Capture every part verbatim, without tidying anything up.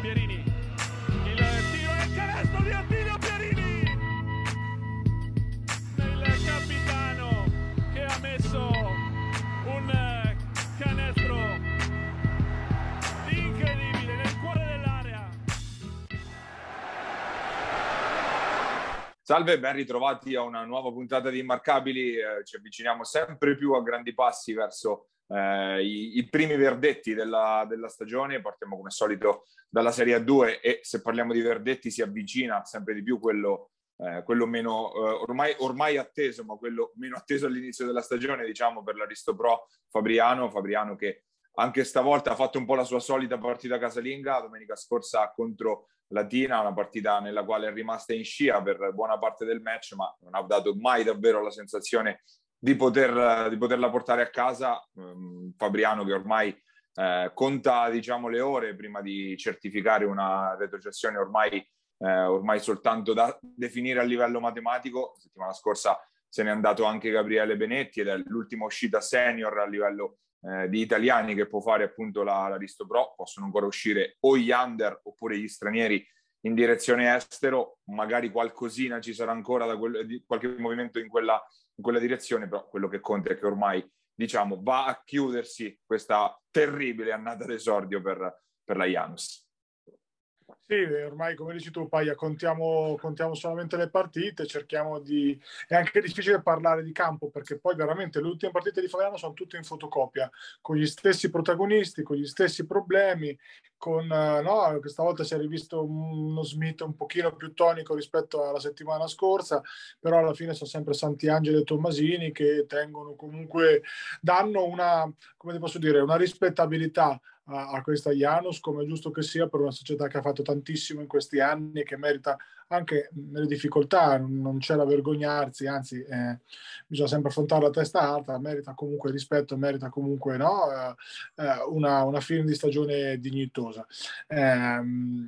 Pierini, il tiro e il canestro di Attilio Pierini, il capitano che ha messo un canestro incredibile nel cuore dell'area. Salve, ben ritrovati a una nuova puntata di Immarcabili. Eh, ci avviciniamo sempre più a grandi passi verso eh, i, i primi verdetti della, della stagione. Partiamo come solito dalla Serie A due e se parliamo di verdetti si avvicina sempre di più quello, eh, quello meno eh, ormai, ormai atteso, ma quello meno atteso all'inizio della stagione, diciamo, per l'Aristopro Fabriano. Fabriano che anche stavolta ha fatto un po' la sua solita partita casalinga domenica scorsa contro Latina, una partita nella quale è rimasta in scia per buona parte del match, ma non ha dato mai davvero la sensazione di, poter, di poterla portare a casa. Um, Fabriano che ormai eh, conta, diciamo, le ore prima di certificare una retrocessione ormai, eh, ormai soltanto da definire a livello matematico. La settimana scorsa se n'è andato anche Gabriele Benetti ed è l'ultima uscita senior a livello Eh, di italiani che può fare appunto la, l'Aristopro. Possono ancora uscire o gli under oppure gli stranieri in direzione estero, magari qualcosina ci sarà ancora da quel, di, qualche movimento in quella, in quella direzione, però quello che conta è che ormai, diciamo, va a chiudersi questa terribile annata d'esordio per, per la Janus. Sì, ormai come dici tu Paia, contiamo, contiamo solamente le partite, cerchiamo di... È anche difficile parlare di campo perché poi veramente le ultime partite di Fabriano sono tutte in fotocopia, con gli stessi protagonisti, con gli stessi problemi, con... No, questa volta si è rivisto uno Smith un pochino più tonico rispetto alla settimana scorsa, però alla fine sono sempre Santiangelo e Tommasini che tengono comunque, danno una, come ti posso dire, una rispettabilità a questa Janus, come è giusto che sia per una società che ha fatto tantissimo in questi anni e che merita anche nelle difficoltà, non c'è da vergognarsi, anzi eh, bisogna sempre affrontare la testa alta, merita comunque rispetto, merita comunque no, eh, una, una fine di stagione dignitosa. Eh,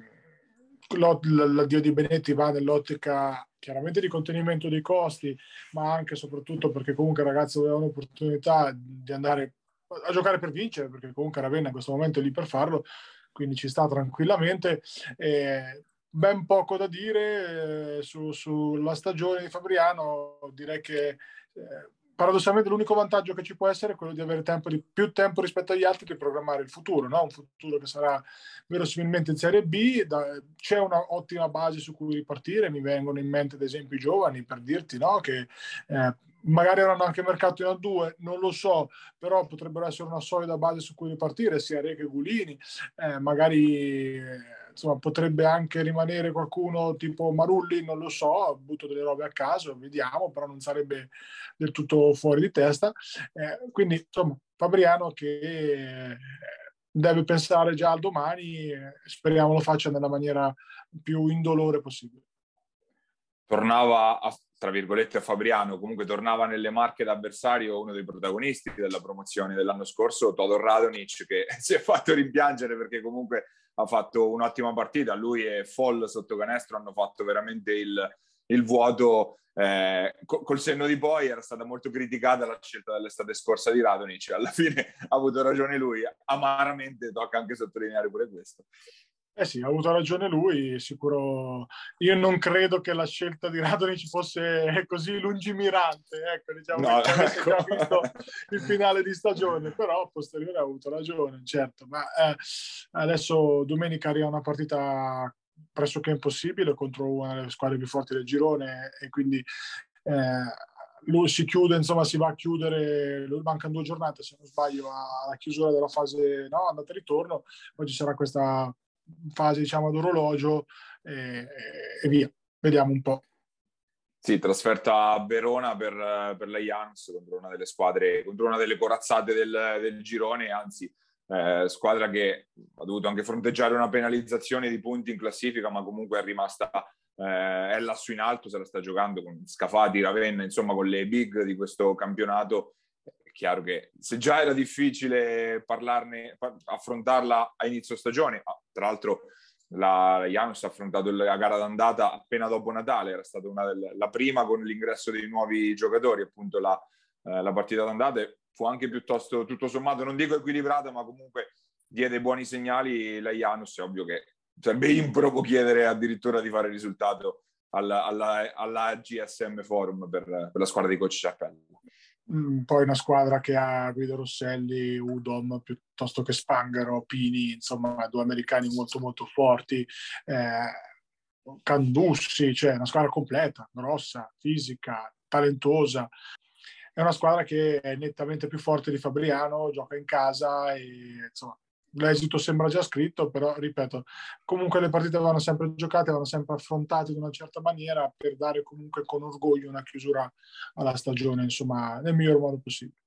l'addio di Benetti va nell'ottica chiaramente di contenimento dei costi, ma anche e soprattutto perché comunque i ragazzi avevano l'opportunità di andare a giocare per vincere, perché comunque Ravenna in questo momento è lì per farlo, quindi ci sta tranquillamente. Eh, ben poco da dire eh, su, sulla stagione di Fabriano. Direi che eh, paradossalmente l'unico vantaggio che ci può essere è quello di avere tempo di, più tempo rispetto agli altri di programmare il futuro, no? Un futuro che sarà verosimilmente in Serie B. Da, c'è una ottima base su cui ripartire, mi vengono in mente ad esempio i giovani, per dirti, no? Che eh, magari avranno anche mercato in A due, non lo so, però potrebbero essere una solida base su cui ripartire, sia Re che Gulini, eh, magari eh, insomma potrebbe anche rimanere qualcuno tipo Marulli, non lo so, butto delle robe a caso, vediamo, però non sarebbe del tutto fuori di testa. Eh, quindi insomma Fabriano che eh, deve pensare già al domani, eh, speriamo lo faccia nella maniera più indolore possibile. Tornava a, tra virgolette a Fabriano, comunque tornava nelle marche d'avversario uno dei protagonisti della promozione dell'anno scorso, Todor Radonic, che si è fatto rimpiangere perché comunque ha fatto un'ottima partita. Lui e Fall sotto canestro hanno fatto veramente il, il vuoto. Eh, col, col senno di poi era stata molto criticata la scelta dell'estate scorsa di Radonic, alla fine ha avuto ragione lui, amaramente tocca anche sottolineare pure questo. Eh sì, ha avuto ragione lui, sicuro. Io non credo che la scelta di Radonic fosse così lungimirante, ecco, diciamo no, che avesse ecco. già visto il finale di stagione, però a posteriore ha avuto ragione, certo. Ma eh, adesso domenica arriva una partita pressoché impossibile contro una delle squadre più forti del girone e quindi eh, lui si chiude, insomma si va a chiudere, mancano due giornate se non sbaglio alla chiusura della fase no, andata e ritorno, poi ci sarà questa fase diciamo d'orologio e, e via, vediamo un po'. Sì, trasferta a Verona per, per la Janus contro una delle squadre, contro una delle corazzate del, del girone, anzi eh, squadra che ha dovuto anche fronteggiare una penalizzazione di punti in classifica, ma comunque è rimasta eh, è lassù in alto, se la sta giocando con Scafati, Ravenna, insomma con le big di questo campionato. È chiaro che se già era difficile parlarne, affrontarla a inizio stagione, ma tra l'altro la Janus ha affrontato la gara d'andata appena dopo Natale, era stata una delle, la prima con l'ingresso dei nuovi giocatori, appunto la, eh, la partita d'andata fu anche piuttosto, tutto sommato, non dico equilibrata, ma comunque diede buoni segnali la Janus. È ovvio che sarebbe improbo chiedere addirittura di fare risultato alla, alla, alla G S M Forum per, per la squadra di coach Ciappello. Mm, poi una squadra che ha Guido Rosselli, Udom piuttosto che Spanghero, Pini, insomma due americani molto molto forti, eh, Candussi, cioè una squadra completa, grossa, fisica, talentosa. È una squadra che è nettamente più forte di Fabriano, gioca in casa e insomma l'esito sembra già scritto, però ripeto, comunque le partite vanno sempre giocate, vanno sempre affrontate in una certa maniera per dare comunque con orgoglio una chiusura alla stagione, insomma, nel miglior modo possibile.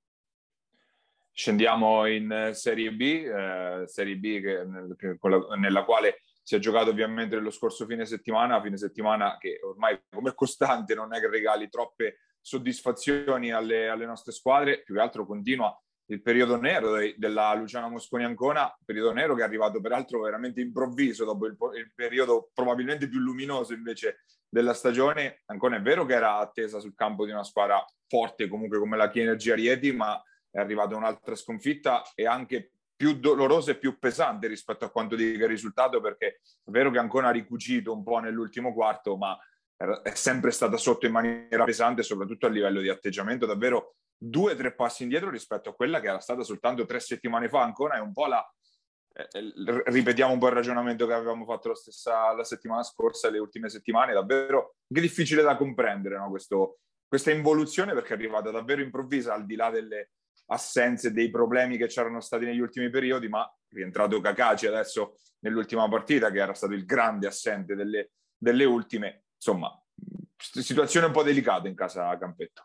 Scendiamo in Serie B, eh, Serie B che, che, nella quale si è giocato ovviamente lo scorso fine settimana, fine settimana che ormai come costante non è che regali troppe soddisfazioni alle, alle nostre squadre, più che altro continua il periodo nero de, della Luciana Mosconi Ancona, periodo nero che è arrivato peraltro veramente improvviso dopo il, il periodo probabilmente più luminoso invece della stagione. Ancona è vero che era attesa sul campo di una squadra forte comunque come la Chi Energia Rieti, ma è arrivata un'altra sconfitta e anche più dolorosa e più pesante rispetto a quanto dica il risultato, perché è vero che Ancona ha ricucito un po' nell'ultimo quarto, ma è sempre stata sotto in maniera pesante, soprattutto a livello di atteggiamento, davvero due o tre passi indietro rispetto a quella che era stata soltanto tre settimane fa. Ancora è un po' la... Eh, ripetiamo un po' il ragionamento che avevamo fatto la stessa la settimana scorsa e le ultime settimane, davvero anche difficile da comprendere, no? Questo, questa involuzione, perché è arrivata davvero improvvisa, al di là delle assenze, dei problemi che c'erano stati negli ultimi periodi, ma è rientrato Cacaci adesso nell'ultima partita, che era stato il grande assente delle, delle ultime. Insomma, situazione un po' delicata in casa Campetto.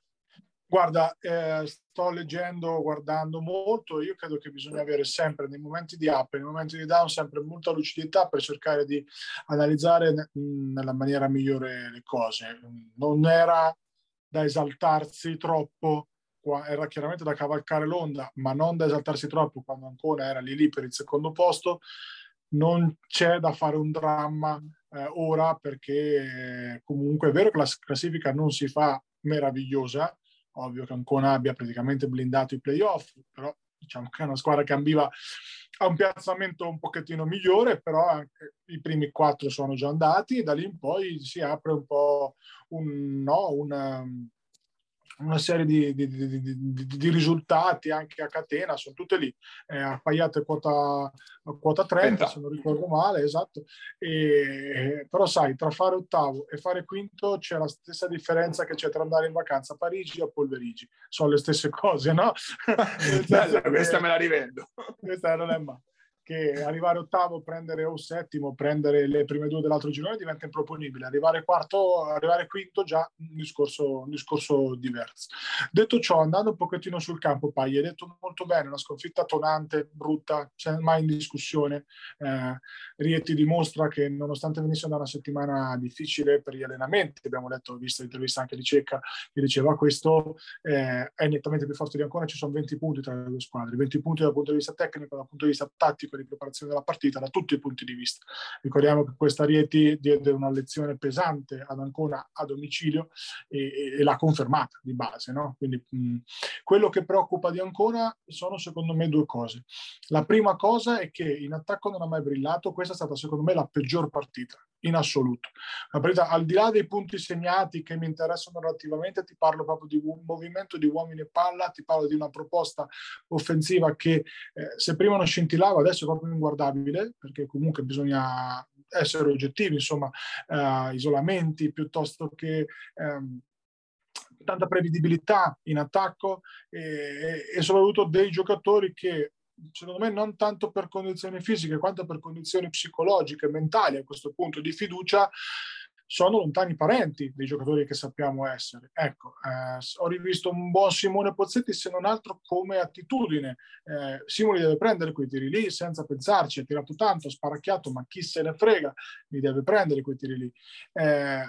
Guarda, eh, sto leggendo, guardando molto. Io credo che bisogna avere sempre, nei momenti di up, nei momenti di down, sempre molta lucidità per cercare di analizzare n- nella maniera migliore le cose. Non era da esaltarsi troppo, era chiaramente da cavalcare l'onda, ma non da esaltarsi troppo quando ancora era lì lì per il secondo posto. Non c'è da fare un dramma eh, ora, perché eh, comunque è vero che la classifica non si fa meravigliosa. Ovvio che Ancona abbia praticamente blindato i playoff, però diciamo che è una squadra che ambiva a un piazzamento un pochettino migliore, però anche i primi quattro sono già andati e da lì in poi si apre un po' un, no, una, una serie di, di, di, di, di risultati anche a catena, sono tutte lì, eh, appaiate quota, quota trenta, se non ricordo male, esatto, e, però sai, tra fare ottavo e fare quinto c'è la stessa differenza che c'è tra andare in vacanza a Parigi e a Polverigi, sono le stesse cose, no? Bella, questa me la rivendo. Questa non è male. Che arrivare ottavo, prendere o settimo, prendere le prime due dell'altro girone diventa improponibile. Arrivare quarto, arrivare quinto già un discorso, un discorso diverso. Detto ciò, andando un pochettino sul campo, Pai, hai detto molto bene, una sconfitta tonante, brutta, mai in discussione. Eh, Rieti dimostra che nonostante venisse da una settimana difficile per gli allenamenti, abbiamo letto, visto l'intervista anche di Cecca che diceva questo, eh, è nettamente più forte di Ancona, ci sono venti punti tra le due squadre, venti punti dal punto di vista tecnico, dal punto di vista tattico di preparazione della partita da tutti i punti di vista. Ricordiamo che questa Rieti diede una lezione pesante ad Ancona a domicilio e, e, e l'ha confermata di base, no? Quindi mh, quello che preoccupa di Ancona sono secondo me due cose. La prima cosa è che in attacco non ha mai brillato, questa è stata secondo me la peggior partita in assoluto. La partita, al di là dei punti segnati che mi interessano relativamente, ti parlo proprio di un movimento di uomini e palla, ti parlo di una proposta offensiva che eh, se prima non scintillava adesso è proprio inguardabile, perché comunque bisogna essere oggettivi, insomma, eh, isolamenti piuttosto che ehm, tanta prevedibilità in attacco e, e soprattutto dei giocatori che secondo me non tanto per condizioni fisiche quanto per condizioni psicologiche, mentali a questo punto di fiducia, sono lontani parenti dei giocatori che sappiamo essere. Ecco, eh, ho rivisto un buon Simone Pozzetti, se non altro come attitudine. Eh, Simone deve prendere quei tiri lì senza pensarci, ha tirato tanto, ha sparacchiato, ma chi se ne frega, li deve prendere quei tiri lì. Eh,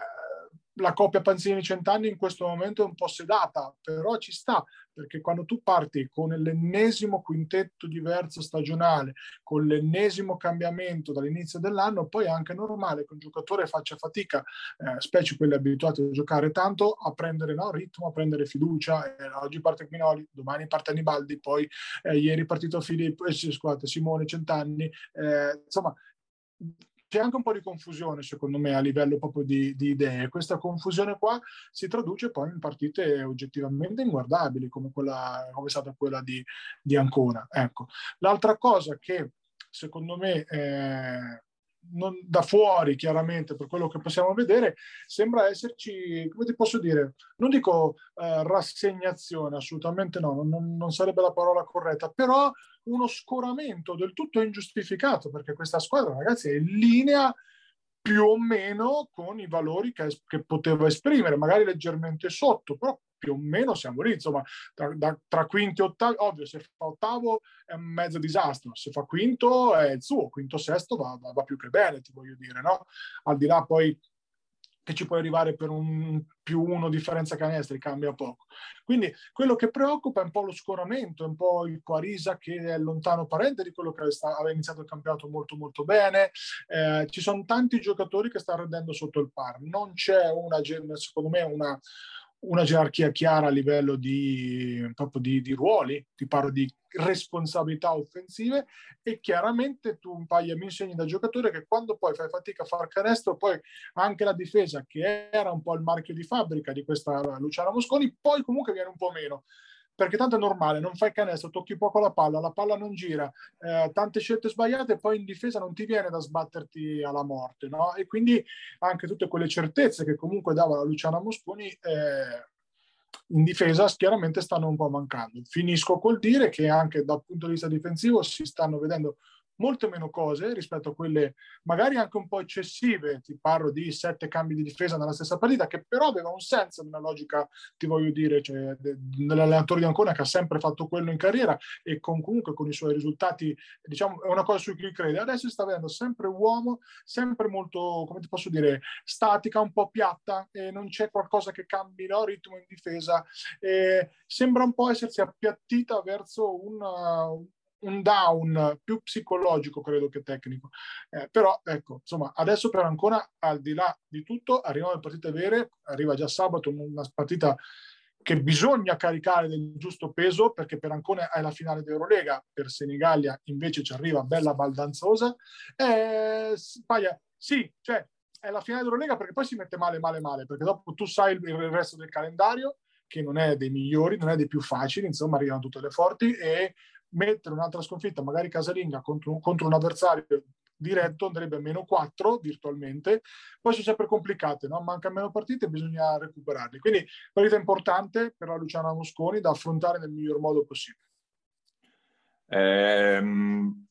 la coppia Panzini-Centanni in questo momento è un po' sedata, però ci sta, perché quando tu parti con l'ennesimo quintetto diverso stagionale, con l'ennesimo cambiamento dall'inizio dell'anno, poi è anche normale che un giocatore faccia fatica, eh, specie quelli abituati a giocare tanto, a prendere no, ritmo, a prendere fiducia. Eh, oggi parte Minoli, domani parte Anibaldi, poi eh, ieri è partito Filippo, eh, scusate, Simone Centanni, eh, insomma c'è anche un po' di confusione, secondo me, a livello proprio di, di idee. Questa confusione qua si traduce poi in partite oggettivamente inguardabili, come, quella, come è stata quella di, di Ancona. Ecco. L'altra cosa che, secondo me, eh, non, da fuori, chiaramente, per quello che possiamo vedere, sembra esserci, come ti posso dire, non dico eh, rassegnazione, assolutamente no, non, non sarebbe la parola corretta, però uno scoramento del tutto ingiustificato, perché questa squadra, ragazzi, è in linea più o meno con i valori che, che poteva esprimere, magari leggermente sotto, però più o meno siamo lì, insomma, tra, da, tra quinto e ottavo, ovvio, se fa ottavo è un mezzo disastro, se fa quinto è il suo, quinto sesto va, va, va più che bene, ti voglio dire, no? Al di là poi che ci puoi arrivare per un più uno differenza canestri, cambia poco. Quindi quello che preoccupa è un po' lo scoramento, è un po' il Quarisa che è lontano parente di quello che aveva iniziato il campionato molto molto bene. Eh, ci sono tanti giocatori che stanno rendendo sotto il par. Non c'è una, secondo me, una, una gerarchia chiara a livello di, proprio di, di ruoli, ti parlo di responsabilità offensive, e chiaramente tu un paio mi insegni da giocatore che quando poi fai fatica a far canestro, poi anche la difesa, che era un po' il marchio di fabbrica di questa Luciana Mosconi, poi comunque viene un po' meno, perché tanto è normale, non fai canestro, tocchi poco la palla, la palla non gira, eh, tante scelte sbagliate, poi in difesa non ti viene da sbatterti alla morte, no? E quindi anche tutte quelle certezze che comunque dava la Luciana Mosconi eh, in difesa chiaramente stanno un po' mancando. Finisco col dire che anche dal punto di vista difensivo si stanno vedendo molte meno cose rispetto a quelle magari anche un po' eccessive, ti parlo di sette cambi di difesa nella stessa partita, che però aveva un senso, una logica, ti voglio dire, cioè, dell'allenatore di Ancona che ha sempre fatto quello in carriera e con, comunque con i suoi risultati, diciamo, è una cosa su cui crede. Adesso sta vedendo sempre uomo, sempre molto, come ti posso dire, statica, un po' piatta, e non c'è qualcosa che cambi il ritmo in difesa, e sembra un po' essersi appiattita verso una, un down più psicologico, credo che tecnico. Eh, però, ecco, insomma, adesso per Ancona, al di là di tutto, arrivano le partite vere, arriva già sabato una partita che bisogna caricare del giusto peso, perché per Ancona è la finale d'Eurolega, per Senigallia invece ci arriva bella baldanzosa. Eh, paia, sì, cioè, è la finale d'Eurolega perché poi si mette male, male, male, perché dopo tu sai il, il resto del calendario, che non è dei migliori, non è dei più facili, insomma, arrivano tutte le forti, e mettere un'altra sconfitta, magari casalinga, contro, contro un avversario diretto, andrebbe a meno quattro virtualmente. Poi sono sempre complicate, no? Mancano meno partite, bisogna recuperarli. Quindi partita importante per la Luciana Mosconi da affrontare nel miglior modo possibile. Ehm,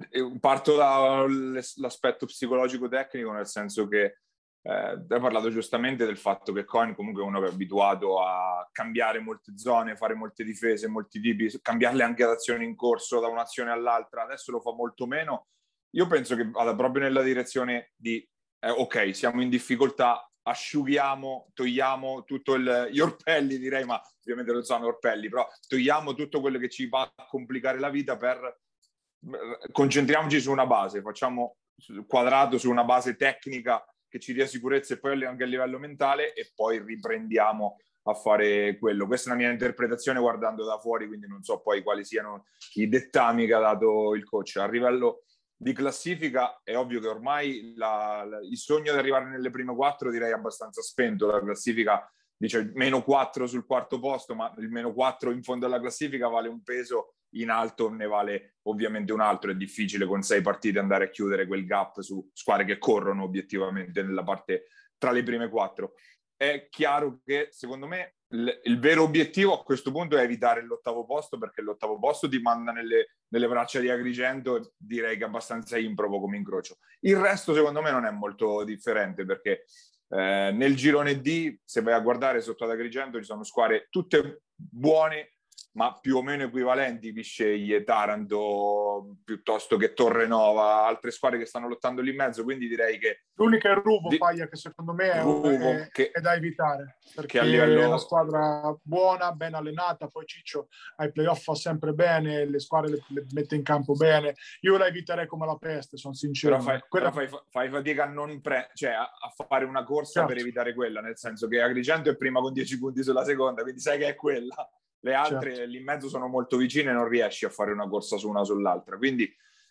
parto dall'aspetto psicologico tecnico, nel senso che Eh, hai parlato giustamente del fatto che Cohen comunque è uno che è abituato a cambiare molte zone, fare molte difese, molti tipi, cambiarle anche ad azioni in corso da un'azione all'altra. Adesso lo fa molto meno. Io penso che vada proprio nella direzione di eh, ok, siamo in difficoltà, asciughiamo, togliamo tutto il, gli orpelli, direi, ma ovviamente non sono orpelli, però togliamo tutto quello che ci va a complicare la vita per concentriamoci su una base, facciamo quadrato su una base tecnica che ci dia sicurezza e poi anche a livello mentale, e poi riprendiamo a fare quello. Questa è la mia interpretazione guardando da fuori, quindi non so poi quali siano i dettami che ha dato il coach. A livello di classifica è ovvio che ormai la, la, il sogno di arrivare nelle prime quattro direi abbastanza spento. La classifica dice meno quattro sul quarto posto, ma il meno quattro in fondo alla classifica vale un peso, in alto ne vale ovviamente un altro. È difficile con sei partite andare a chiudere quel gap su squadre che corrono obiettivamente nella parte tra le prime quattro. È chiaro che secondo me il, il vero obiettivo a questo punto è evitare l'ottavo posto, perché l'ottavo posto ti manda nelle, nelle braccia di Agrigento, e direi che è abbastanza improbo come incrocio. Il resto secondo me non è molto differente, perché eh, nel girone D, se vai a guardare sotto ad Agrigento, ci sono squadre tutte buone ma più o meno equivalenti, Bisceglie, Taranto, piuttosto che Torrenova, altre squadre che stanno lottando lì in mezzo, quindi direi che... L'unica è Ruvo, di... Paglia, che secondo me è, Ruvo, è, che... è da evitare, perché che a livello... è una squadra buona, ben allenata, poi Ciccio ai playoff fa sempre bene, le squadre le, le mette in campo bene. Io la eviterei come la peste, sono sincero. Però fai, quella... però fai, fai fatica a non pre... cioè, a, a fare una corsa, certo, per evitare quella, nel senso che Agrigento è prima con dieci punti sulla seconda, quindi sai che è quella. Le altre, certo, lì in mezzo sono molto vicine e non riesci a fare una corsa su una sull'altra. Quindi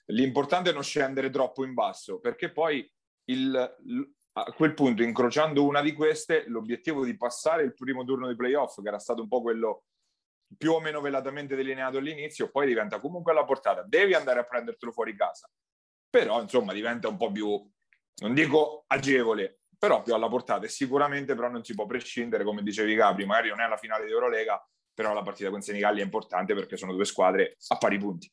l'importante è non scendere troppo in basso, perché poi il, a quel punto, incrociando una di queste, l'obiettivo di passare il primo turno di playoff, che era stato un po' quello più o meno velatamente delineato all'inizio, poi diventa comunque alla portata. Devi andare a prendertelo fuori casa, però insomma diventa un po' più, non dico agevole, però più alla portata. E sicuramente però non si può prescindere, come dicevi Gabri, magari non è la finale di Eurolega, però la partita con Senigallia è importante perché sono due squadre a pari punti.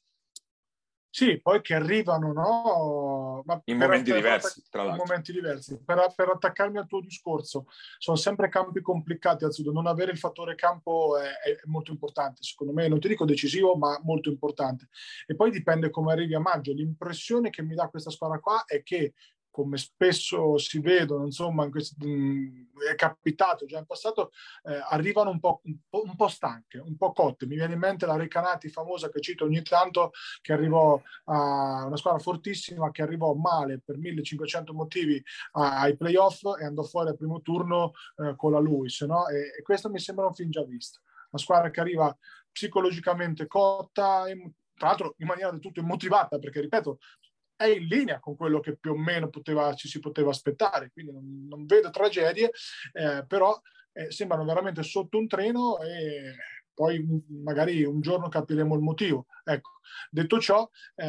Sì, poi che arrivano, no? Ma in per, momenti per, diversi, tra in l'altro. momenti diversi. Per, per attaccarmi al tuo discorso, sono sempre campi complicati al sud. Non avere il fattore campo è, è molto importante, secondo me. Non ti dico decisivo, ma molto importante. E poi dipende come arrivi a maggio. L'impressione che mi dà questa squadra qua è che, come spesso si vedono, insomma, in questi, mh, è capitato già in passato, eh, arrivano un po', un, po', un po' stanche, un po' cotte. Mi viene in mente la Recanati famosa che cito ogni tanto, che arrivò a una squadra fortissima, che arrivò male per millecinquecento motivi ai playoff e andò fuori al primo turno eh, con la Lewis, no? E, e questo mi sembra un film già visto. Una squadra che arriva psicologicamente cotta, e, tra l'altro in maniera del tutto immotivata, perché ripeto, è in linea con quello che più o meno poteva, ci si poteva aspettare, quindi non, non vedo tragedie, eh, però eh, sembrano veramente sotto un treno e poi magari un giorno capiremo il motivo. Ecco, detto ciò,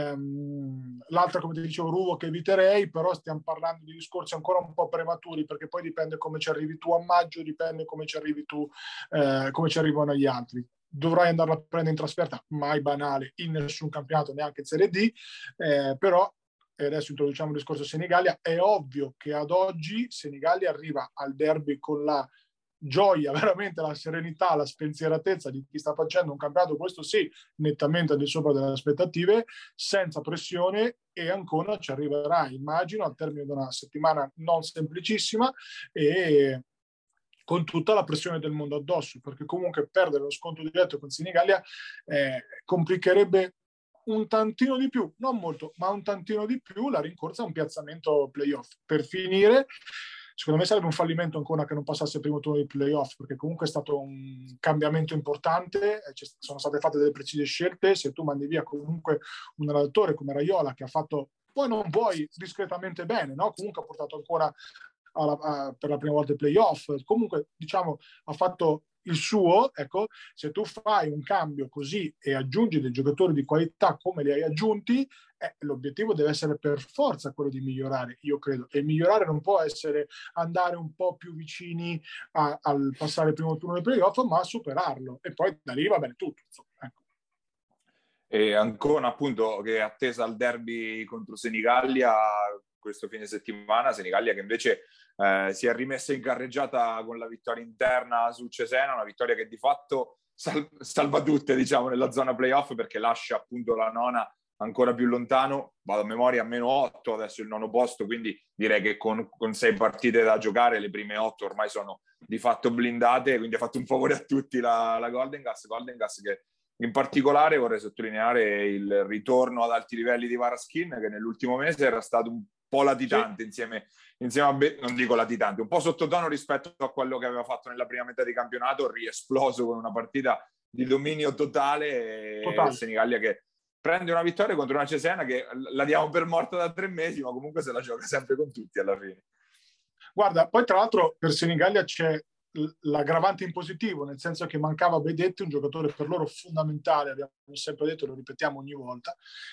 ehm, l'altra, come ti dicevo, Ruvo, che eviterei, però stiamo parlando di discorsi ancora un po' prematuri, perché poi dipende come ci arrivi tu a maggio, dipende come ci arrivi tu, eh, come ci arrivano gli altri. Dovrai andarla a prendere in trasferta, mai banale, in nessun campionato, neanche in Serie D, eh, però, e adesso introduciamo il discorso Senigallia, è ovvio che ad oggi Senigallia arriva al derby con la gioia, veramente la serenità, la spensieratezza di chi sta facendo un campionato, questo sì, nettamente al di sopra delle aspettative, senza pressione, e ancora ci arriverà, immagino, al termine di una settimana non semplicissima e con tutta la pressione del mondo addosso, perché comunque perdere lo scontro diretto con Senigallia eh, complicherebbe un tantino di più, non molto, ma un tantino di più la rincorsa a un piazzamento playoff. Per finire, secondo me sarebbe un fallimento ancora che non passasse il primo turno di playoff, perché comunque è stato un cambiamento importante, sono state fatte delle precise scelte. Se tu mandi via comunque un allenatore come Raiola, che ha fatto, poi non vuoi, discretamente bene, no? Comunque ha portato ancora alla, a, per la prima volta i playoff, comunque diciamo ha fatto il suo, ecco, se tu fai un cambio così e aggiungi dei giocatori di qualità come li hai aggiunti, eh, l'obiettivo deve essere per forza quello di migliorare, io credo, e migliorare non può essere andare un po' più vicini a, al passare il primo turno dei playoff, ma superarlo, e poi da lì va bene tutto, insomma, ecco. E Ancona, appunto, che è attesa al derby contro Senigallia questo fine settimana, Senigallia che invece eh, si è rimessa in carreggiata con la vittoria interna su Cesena, una vittoria che di fatto sal- salva tutte, diciamo, nella zona playoff, perché lascia appunto la nona ancora più lontano, vado a memoria, a meno otto, adesso il nono posto, quindi direi che con, con sei partite da giocare le prime otto ormai sono di fatto blindate, quindi ha fatto un favore a tutti la, la Golden Gas, Golden Gas che in particolare vorrei sottolineare il ritorno ad alti livelli di Varaskin, che nell'ultimo mese era stato un po' latitante, sì, insieme, insieme a Be- non dico latitante, un po' sottotono rispetto a quello che aveva fatto nella prima metà di campionato, riesploso con una partita di dominio totale, totale. E Senigallia che prende una vittoria contro una Cesena che la diamo per morta da tre mesi, ma comunque se la gioca sempre con tutti alla fine. Guarda, poi tra l'altro per Senigallia c'è l'aggravante in positivo, nel senso che mancava Bedetti, un giocatore per loro fondamentale, abbiamo sempre detto, lo ripetiamo ogni volta,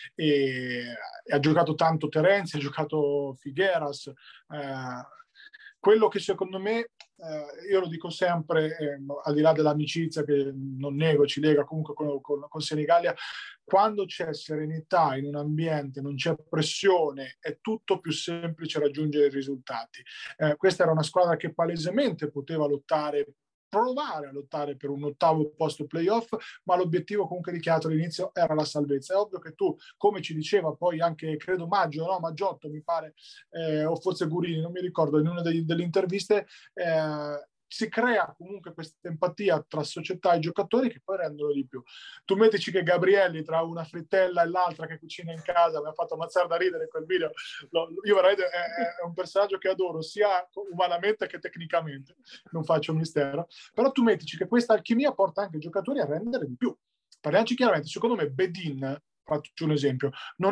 e, e ha giocato tanto Terenzi, ha giocato Figueras, eh, quello che secondo me, eh, io lo dico sempre, eh, al di là dell'amicizia che non nego, ci lega comunque con, con, con Senigallia, quando c'è serenità in un ambiente, non c'è pressione, è tutto più semplice raggiungere i risultati. Eh, questa era una squadra che palesemente poteva lottare, provare a lottare per un ottavo posto playoff, ma l'obiettivo comunque dichiarato all'inizio era la salvezza. È ovvio che tu, come ci diceva poi anche, credo Maggio, no? Maggiotto mi pare, eh, o forse Gurini, non mi ricordo, in una dei, delle interviste, eh, si crea comunque questa empatia tra società e giocatori che poi rendono di più. Tu mettici che Gabrielli, tra una frittella e l'altra che cucina in casa, mi ha fatto ammazzare da ridere quel video. Io veramente è, è un personaggio che adoro sia umanamente che tecnicamente, non faccio mistero, però tu mettici che questa alchimia porta anche i giocatori a rendere di più. Parliamoci chiaramente, secondo me Bedin, faccio un esempio, non è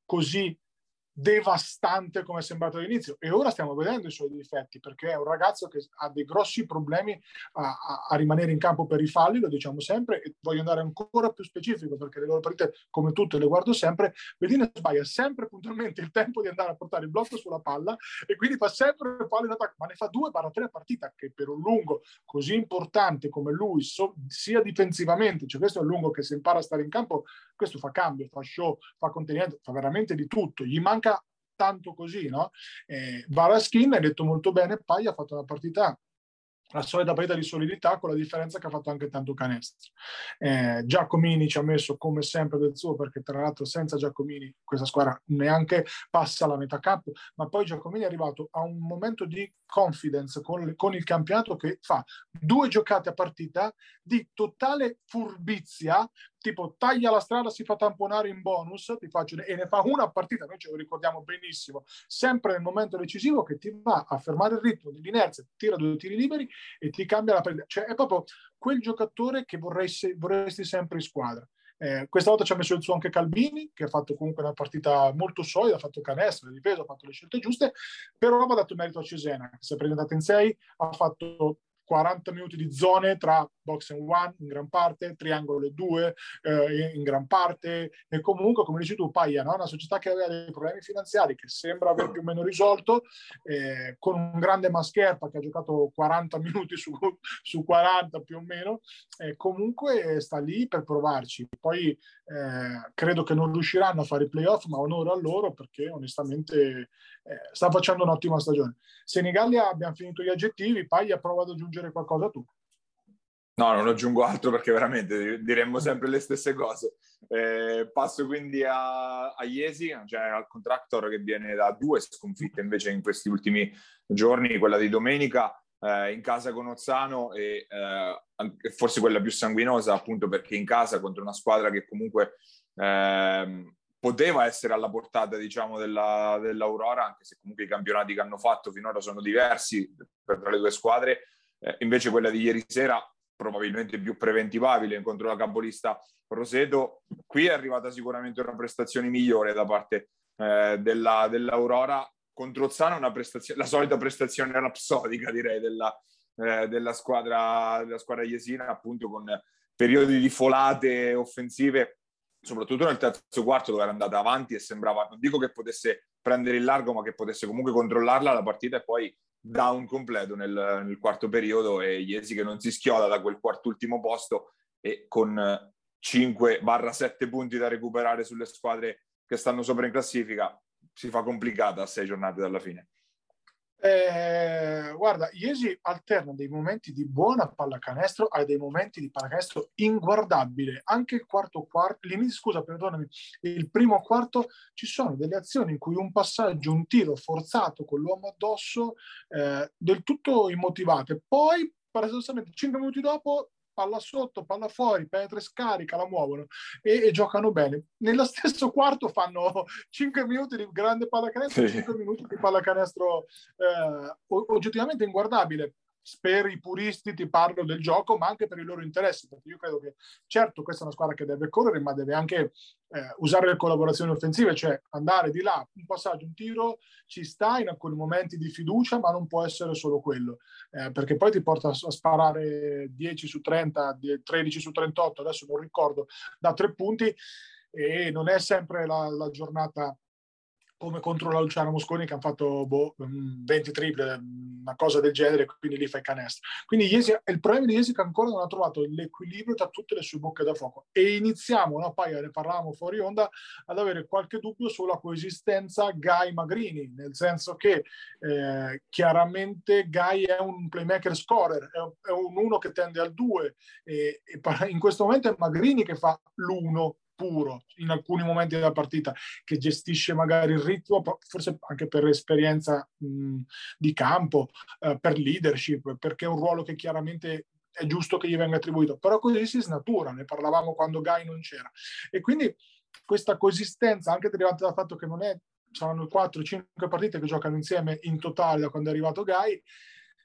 così devastante come è sembrato all'inizio, e ora stiamo vedendo i suoi difetti, perché è un ragazzo che ha dei grossi problemi a, a, a rimanere in campo per i falli, lo diciamo sempre, e voglio andare ancora più specifico perché le loro partite, come tutte, le guardo sempre. Bedin sbaglia sempre puntualmente il tempo di andare a portare il blocco sulla palla e quindi fa sempre il fallo in attacco, ma ne fa due tre a partita, che per un lungo così importante come lui, so, sia difensivamente, cioè questo è un lungo che se impara a stare in campo, questo fa cambio, fa show, fa contenimento, fa veramente di tutto, gli manca tanto così, no? Eh, Varaskin, hai detto molto bene, Paglia ha fatto una partita, la solita partita di solidità, con la differenza che ha fatto anche tanto canestro. Eh, Giacomini ci ha messo come sempre del suo, perché tra l'altro senza Giacomini questa squadra neanche passa la metà campo, ma poi Giacomini è arrivato a un momento di confidence con, con il campionato, che fa due giocate a partita di totale furbizia, tipo taglia la strada, si fa tamponare in bonus, ti faccio, e ne fa una a partita, noi ce lo ricordiamo benissimo, sempre nel momento decisivo, che ti va a fermare il ritmo dell'inerzia, tira due tiri liberi e ti cambia la partita. Cioè è proprio quel giocatore che vorrei se, vorresti sempre in squadra. Eh, questa volta ci ha messo il suo anche Calvini, che ha fatto comunque una partita molto solida, ha fatto canestro, ha difeso, ha fatto le scelte giuste, però va dato merito a Cesena, che si è presentato in sei, ha fatto quaranta minuti di zone tra box and one in gran parte, triangolo e due eh, in gran parte, e comunque, come dici tu, Paglia, no? Una società che aveva dei problemi finanziari, che sembra aver più o meno risolto, eh, con un grande Mascherpa che ha giocato quaranta minuti su, su quaranta più o meno, eh, comunque sta lì per provarci. Poi eh, credo che non riusciranno a fare i playoff, ma onore a loro, perché onestamente eh, sta facendo un'ottima stagione. Se in Italia abbiamo finito gli aggettivi, Paglia, prova ad aggiungere qualcosa tu. No, non aggiungo altro, perché veramente diremmo sempre le stesse cose. Eh, passo quindi a, a Iesi, cioè al Contractor, che viene da due sconfitte invece in questi ultimi giorni, quella di domenica eh, in casa con Ozzano, e eh, forse quella più sanguinosa, appunto perché in casa contro una squadra che comunque eh, poteva essere alla portata, diciamo, della, dell'Aurora, anche se comunque i campionati che hanno fatto finora sono diversi tra le due squadre. Eh, invece quella di ieri sera, probabilmente più preventivabile contro la capolista Roseto, qui è arrivata sicuramente una prestazione migliore da parte eh, della, dell'Aurora. Contro Ozzano una prestazione, la solita prestazione rapsodica, direi, della, eh, della squadra della squadra iesina, appunto con periodi di folate offensive, soprattutto nel terzo quarto, dove era andata avanti e sembrava, non dico che potesse prendere il largo, ma che potesse comunque controllarla la partita, e poi down completo nel, nel quarto periodo, e Iesi che non si schioda da quel quart'ultimo posto, e con cinque sette punti da recuperare sulle squadre che stanno sopra in classifica si fa complicata a sei giornate dalla fine. Eh, guarda, Iesi alterna dei momenti di buona pallacanestro a dei momenti di pallacanestro inguardabile. Anche il quarto quarto, l'inizio, scusa, perdonami, il primo quarto ci sono delle azioni in cui un passaggio, un tiro forzato con l'uomo addosso, eh, del tutto immotivate. Poi, paradossalmente, cinque minuti dopo, palla sotto, palla fuori, penetra e scarica, la muovono e, e giocano bene. Nello stesso quarto fanno cinque minuti di grande pallacanestro e sì. cinque minuti di pallacanestro eh, oggettivamente inguardabile. Per i puristi ti parlo del gioco, ma anche per i loro interessi, perché io credo che, certo, questa è una squadra che deve correre, ma deve anche eh, usare le collaborazioni offensive, cioè andare di là, un passaggio, un tiro, ci sta in alcuni momenti di fiducia, ma non può essere solo quello, eh, perché poi ti porta a sparare dieci su trenta, tredici su trentotto, adesso non ricordo, da tre punti, e non è sempre la, la giornata come contro la Luciano Mosconi, che hanno fatto boh, venti triple, una cosa del genere, quindi lì fai canestro. Quindi Iesi, il problema di Iesi è che ancora non ha trovato l'equilibrio tra tutte le sue bocche da fuoco, e iniziamo, no, poi ne parlavamo fuori onda, ad avere qualche dubbio sulla coesistenza Gai-Magrini, nel senso che eh, chiaramente Gai è un playmaker scorer, è, è un uno che tende al due, e, e in questo momento è Magrini che fa l'uno puro in alcuni momenti della partita, che gestisce magari il ritmo, forse anche per esperienza mh, di campo, eh, per leadership, perché è un ruolo che chiaramente è giusto che gli venga attribuito, però così si snatura, ne parlavamo quando Gai non c'era, e quindi questa coesistenza, anche derivante dal fatto che non è, saranno quattro cinque partite che giocano insieme in totale da quando è arrivato Gai,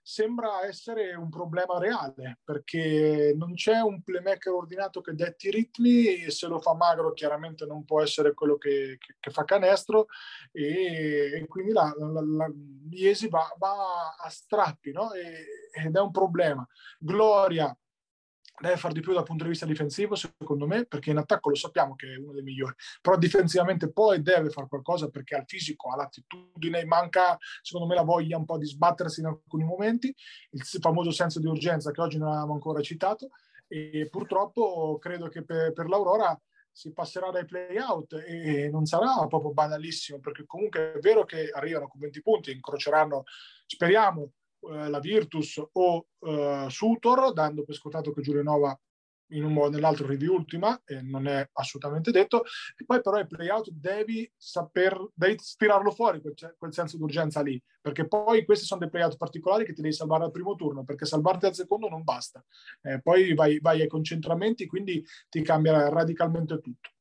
sembra essere un problema reale, perché non c'è un playmaker ordinato che detti i ritmi, e se lo fa Magro chiaramente non può essere quello che, che, che fa canestro, e, e quindi la, la, la Iesi va, va a strappi, no? E, ed è un problema. Gloria deve fare di più dal punto di vista difensivo, secondo me, perché in attacco lo sappiamo che è uno dei migliori, però difensivamente poi deve fare qualcosa, perché ha il fisico, ha l'attitudine, manca secondo me la voglia un po' di sbattersi in alcuni momenti, il famoso senso di urgenza che oggi non avevamo ancora citato, e purtroppo credo che per, per l'Aurora si passerà dai play-out e non sarà proprio banalissimo, perché comunque è vero che arrivano con venti punti, incroceranno, speriamo, la Virtus o uh, Sutor, dando per scontato che Giulianova in un modo o nell'altro arrivi ultima, e non è assolutamente detto. E poi però il play-out devi saper, devi tirarlo fuori quel, quel senso d'urgenza lì, perché poi questi sono dei play-out particolari che ti devi salvare al primo turno, perché salvarti al secondo non basta. Eh, poi vai, vai ai concentramenti, quindi ti cambia radicalmente tutto.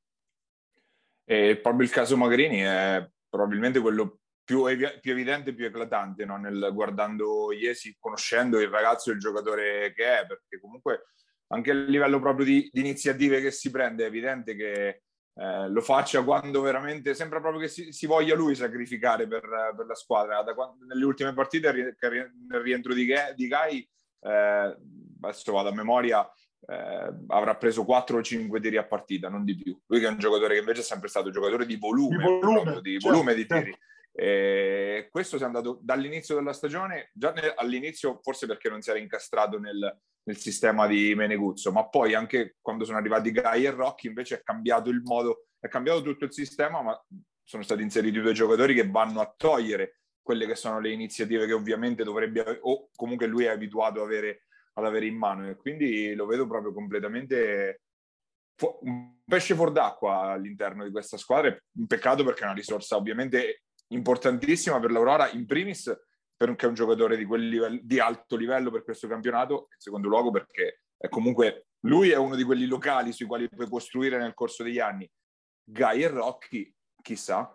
E proprio il caso Magrini è probabilmente quello più, evi- più evidente, più eclatante, no? Nel, guardando Iesi, conoscendo il ragazzo e il giocatore che è, perché comunque anche a livello proprio di, di iniziative che si prende è evidente che eh, lo faccia quando veramente sembra proprio che si, si voglia lui sacrificare per, per la squadra. Da quando, nelle ultime partite, nel rientro di, di Gai, eh, adesso vado a memoria, Eh, avrà preso quattro o cinque tiri a partita, non di più. Lui che è un giocatore che invece è sempre stato giocatore di volume, di volume, di, certo, volume di certo. tiri. E questo si è andato dall'inizio della stagione, già nel, all'inizio forse perché non si era incastrato nel, nel sistema di Meneguzzo, ma poi anche quando sono arrivati Gai e Rocchi invece è cambiato il modo, è cambiato tutto il sistema, ma sono stati inseriti due giocatori che vanno a togliere quelle che sono le iniziative che ovviamente dovrebbe, o comunque lui è abituato a avere ad avere in mano, e quindi lo vedo proprio completamente fu- un pesce fuor d'acqua all'interno di questa squadra. Un peccato, perché è una risorsa ovviamente importantissima per l'Aurora, in primis perché è un giocatore di, quel livello, di alto livello per questo campionato, in secondo luogo perché è comunque lui è uno di quelli locali sui quali puoi costruire nel corso degli anni. Gai e Rocchi, chissà.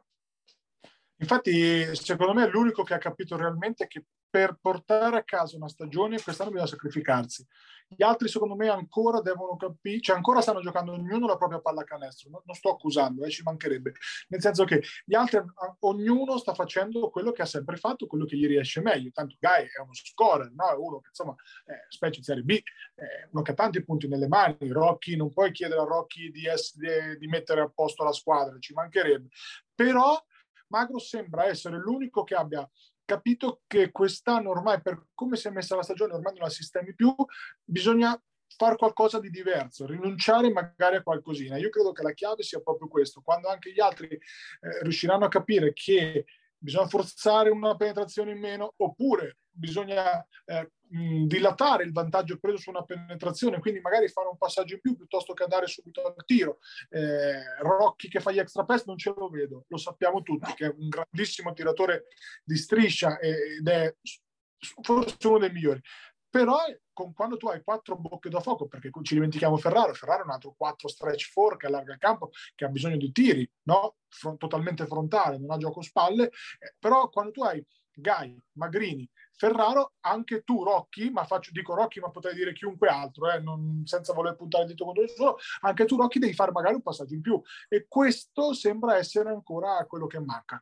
Infatti, secondo me è l'unico che ha capito realmente che per portare a casa una stagione quest'anno bisogna sacrificarsi. Gli altri, secondo me, ancora devono capire, cioè ancora stanno giocando ognuno la propria pallacanestro. Non, non sto accusando, eh, ci mancherebbe. Nel senso che gli altri, ognuno sta facendo quello che ha sempre fatto, quello che gli riesce meglio. Tanto Gai è uno scorer, no? È uno che, insomma, eh, specie in Serie B, eh, uno che ha tanti punti nelle mani. Rocchi, non puoi chiedere a Rocchi di, essere, di mettere a posto la squadra, ci mancherebbe. Però Magro sembra essere l'unico che abbia capito che quest'anno ormai, per come si è messa la stagione, ormai non la sistemi più, bisogna fare qualcosa di diverso, rinunciare magari a qualcosina. Io credo che la chiave sia proprio questo, quando anche gli altri eh, riusciranno a capire che bisogna forzare una penetrazione in meno, oppure bisogna eh, mh, dilatare il vantaggio preso su una penetrazione, quindi magari fare un passaggio in più piuttosto che andare subito al tiro. Eh, Rocchi che fa gli extra pass non ce lo vedo, lo sappiamo tutti che è un grandissimo tiratore di striscia ed è forse uno dei migliori. Però con, quando tu hai quattro bocche da fuoco, perché ci dimentichiamo Ferraro, Ferraro è un altro quattro stretch four che allarga il campo, che ha bisogno di tiri, no? Front, totalmente frontale, non ha gioco spalle, eh, però quando tu hai Gai, Magrini, Ferraro, anche tu Rocchi, ma faccio, dico Rocchi, ma potrei dire chiunque altro, eh, non, senza voler puntare il dito contro nessuno, anche tu Rocchi devi fare magari un passaggio in più, e questo sembra essere ancora quello che manca.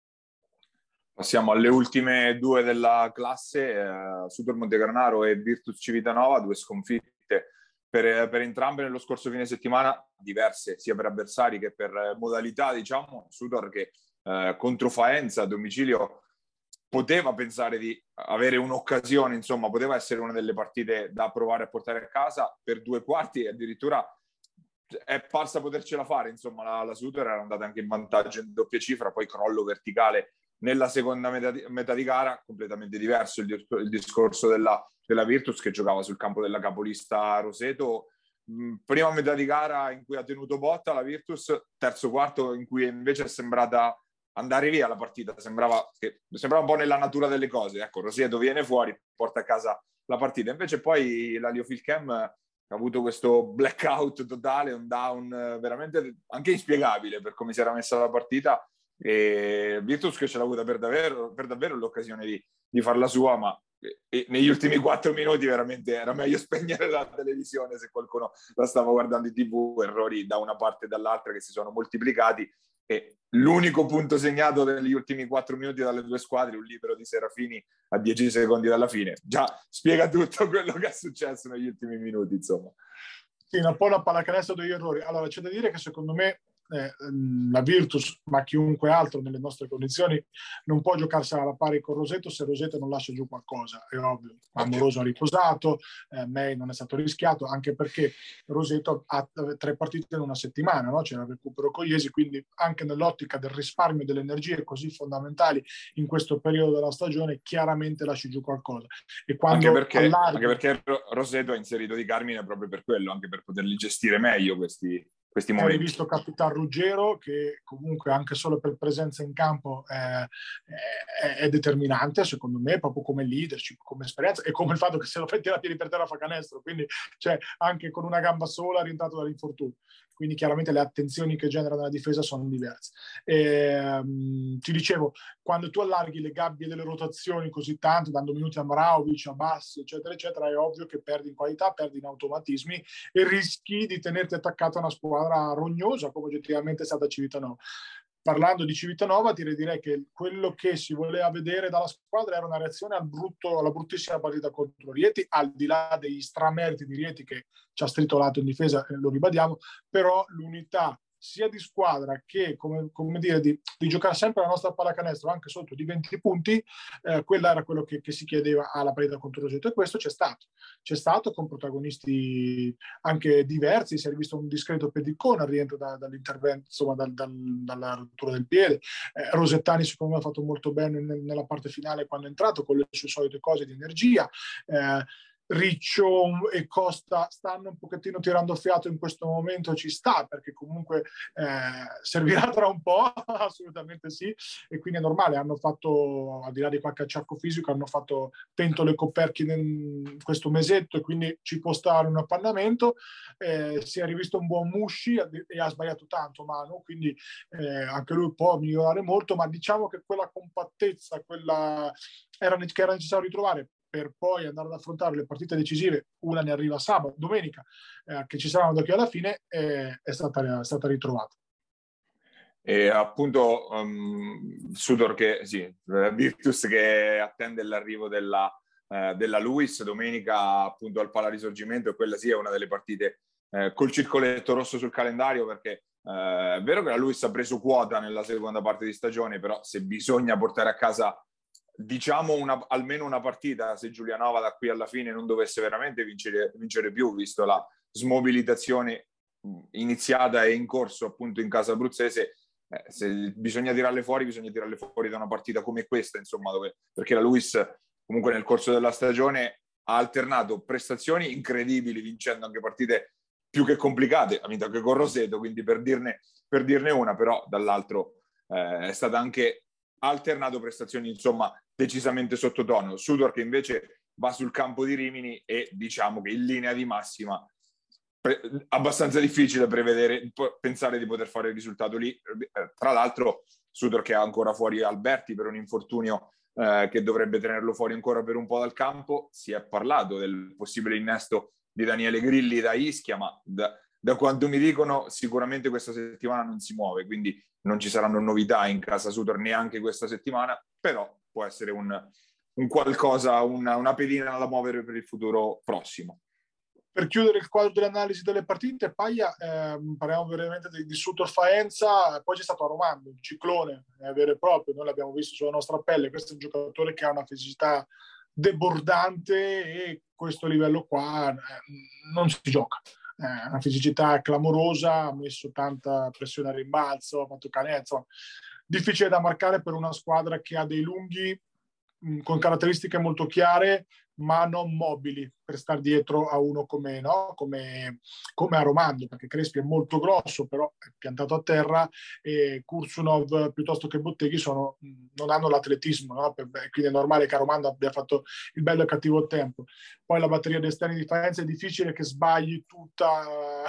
Passiamo alle ultime due della classe, eh, Super Montegranaro e Virtus Civitanova, due sconfitte per, per entrambe nello scorso fine settimana, diverse sia per avversari che per modalità, diciamo. Sutor che eh, contro Faenza a domicilio poteva pensare di avere un'occasione, insomma, poteva essere una delle partite da provare a portare a casa per due quarti, e addirittura è parsa potercela fare, insomma. La, la Sutor era andata anche in vantaggio in doppia cifra, poi crollo verticale nella seconda metà di, metà di gara, completamente diverso il, il discorso della, della Virtus, che giocava sul campo della capolista Roseto. Mh, prima metà di gara in cui ha tenuto botta la Virtus, terzo quarto in cui invece è sembrata andare via la partita, sembrava, che, sembrava un po' nella natura delle cose, ecco, Roseto viene fuori, porta a casa la partita, invece poi la Liofilchem ha avuto questo blackout totale, un down veramente anche inspiegabile per come si era messa la partita, e Virtus che ce l'ha avuta per davvero, per davvero l'occasione di, di farla sua, ma e negli ultimi quattro minuti veramente era meglio spegnere la televisione se qualcuno la stava guardando in tv, errori da una parte e dall'altra che si sono moltiplicati, e l'unico punto segnato negli ultimi quattro minuti dalle due squadre, un libero di Serafini a dieci secondi dalla fine, già spiega tutto quello che è successo negli ultimi minuti, insomma. Sì, un po' la pallacanestro degli errori. Allora, c'è da dire che secondo me eh, la Virtus, ma chiunque altro nelle nostre condizioni, non può giocarsi alla pari con Roseto se Roseto non lascia giù qualcosa, è ovvio. Amoroso ha riposato, eh, May non è stato rischiato, anche perché Roseto ha tre partite in una settimana, no? C'era il recupero con Iesi, quindi anche nell'ottica del risparmio delle energie così fondamentali in questo periodo della stagione, chiaramente lasci giù qualcosa. E quando anche perché, allarghi... anche perché Roseto ha inserito Di Carmine proprio per quello, anche per poterli gestire meglio questi questi momenti. Hai visto Capitan Ruggero, che comunque anche solo per presenza in campo è, è, è determinante, secondo me, proprio come leadership, come esperienza, e come il fatto che se lo fai tirare piedi per terra fa canestro, quindi cioè, anche con una gamba sola rientrato dall'infortunio. Quindi chiaramente le attenzioni che genera la difesa sono diverse. E, um, ti dicevo, quando tu allarghi le gabbie delle rotazioni così tanto, dando minuti a Mrauvic, a Bassi, eccetera, eccetera, è ovvio che perdi in qualità, perdi in automatismi e rischi di tenerti attaccato a una squadra rognosa, come oggettivamente è stata Civitanova. Parlando di Civitanova, ti direi che quello che si voleva vedere dalla squadra era una reazione al brutto, alla bruttissima partita contro Rieti, al di là degli strameriti di Rieti che ci ha stritolato in difesa, eh, lo ribadiamo, però l'unità sia di squadra che, come, come dire, di, di giocare sempre la nostra pallacanestro anche sotto di venti punti, eh, quella era quello che, che si chiedeva alla partita contro Roseto, e questo c'è stato. C'è stato con protagonisti anche diversi, si è visto un discreto Pedicone al rientro da, dall'intervento, insomma, dal, dal, dalla rottura del piede. Eh, Rosettani secondo me ha fatto molto bene nel, nella parte finale quando è entrato, con le sue solite cose di energia. Eh, Riccio e Costa stanno un pochettino tirando fiato in questo momento, ci sta, perché comunque eh, servirà tra un po', assolutamente sì, e quindi è normale, hanno fatto, al di là di qualche acciacco fisico, hanno fatto pentole e coperchi in questo mesetto, e quindi ci può stare un appannamento. Eh, si è rivisto un buon Musci e ha sbagliato tanto Manu, quindi eh, anche lui può migliorare molto, ma diciamo che quella compattezza, quella era, che era necessario ritrovare per poi andare ad affrontare le partite decisive, una ne arriva sabato, domenica, eh, che ci saranno da qui alla fine, eh, è, stata, è stata ritrovata. E appunto um, Sudor che sì, Virtus che attende l'arrivo della, eh, della Luis domenica appunto al Pala Risorgimento, e quella sì è una delle partite eh, col circoletto rosso sul calendario, perché eh, è vero che la Luis ha preso quota nella seconda parte di stagione, però se bisogna portare a casa diciamo una, almeno una partita, se Giulianova da qui alla fine non dovesse veramente vincere, vincere più, visto la smobilitazione iniziata e in corso appunto in casa abruzzese, eh, se bisogna tirarle fuori, bisogna tirarle fuori da una partita come questa, insomma, dove, perché la Luis comunque nel corso della stagione ha alternato prestazioni incredibili, vincendo anche partite più che complicate, ha vinto anche con Roseto, quindi per dirne, per dirne una, però dall'altro eh, è stata anche alternato prestazioni insomma decisamente sottotono. Sudor che invece va sul campo di Rimini e diciamo che in linea di massima pre- abbastanza difficile prevedere, pensare di poter fare il risultato lì. Tra l'altro Sudor che ha ancora fuori Alberti per un infortunio eh, che dovrebbe tenerlo fuori ancora per un po' dal campo. Si è parlato del possibile innesto di Daniele Grilli da Ischia, ma da, da quanto mi dicono sicuramente questa settimana non si muove, quindi non ci saranno novità in casa Sudor neanche questa settimana, però può essere un, un qualcosa, una, una pedina da muovere per il futuro prossimo. Per chiudere il quadro dell'analisi delle partite, Paglia, eh, parliamo veramente di, di Sudor Faenza, poi c'è stato Aromando, il ciclone è vero e proprio, noi l'abbiamo visto sulla nostra pelle, questo è un giocatore che ha una fisicità debordante e questo livello qua eh, non si gioca. Eh, una fisicità clamorosa, ha messo tanta pressione al rimbalzo, ha fatto canezza, difficile da marcare per una squadra che ha dei lunghi mh, con caratteristiche molto chiare ma non mobili per star dietro a uno come, no? come, come Aromando, perché Crespi è molto grosso però è piantato a terra, e Kursunov piuttosto che Botteghi sono, non hanno l'atletismo, no? Quindi è normale che Aromando abbia fatto il bello e cattivo tempo. Poi la batteria di esterni di Faenza è difficile che sbagli tutta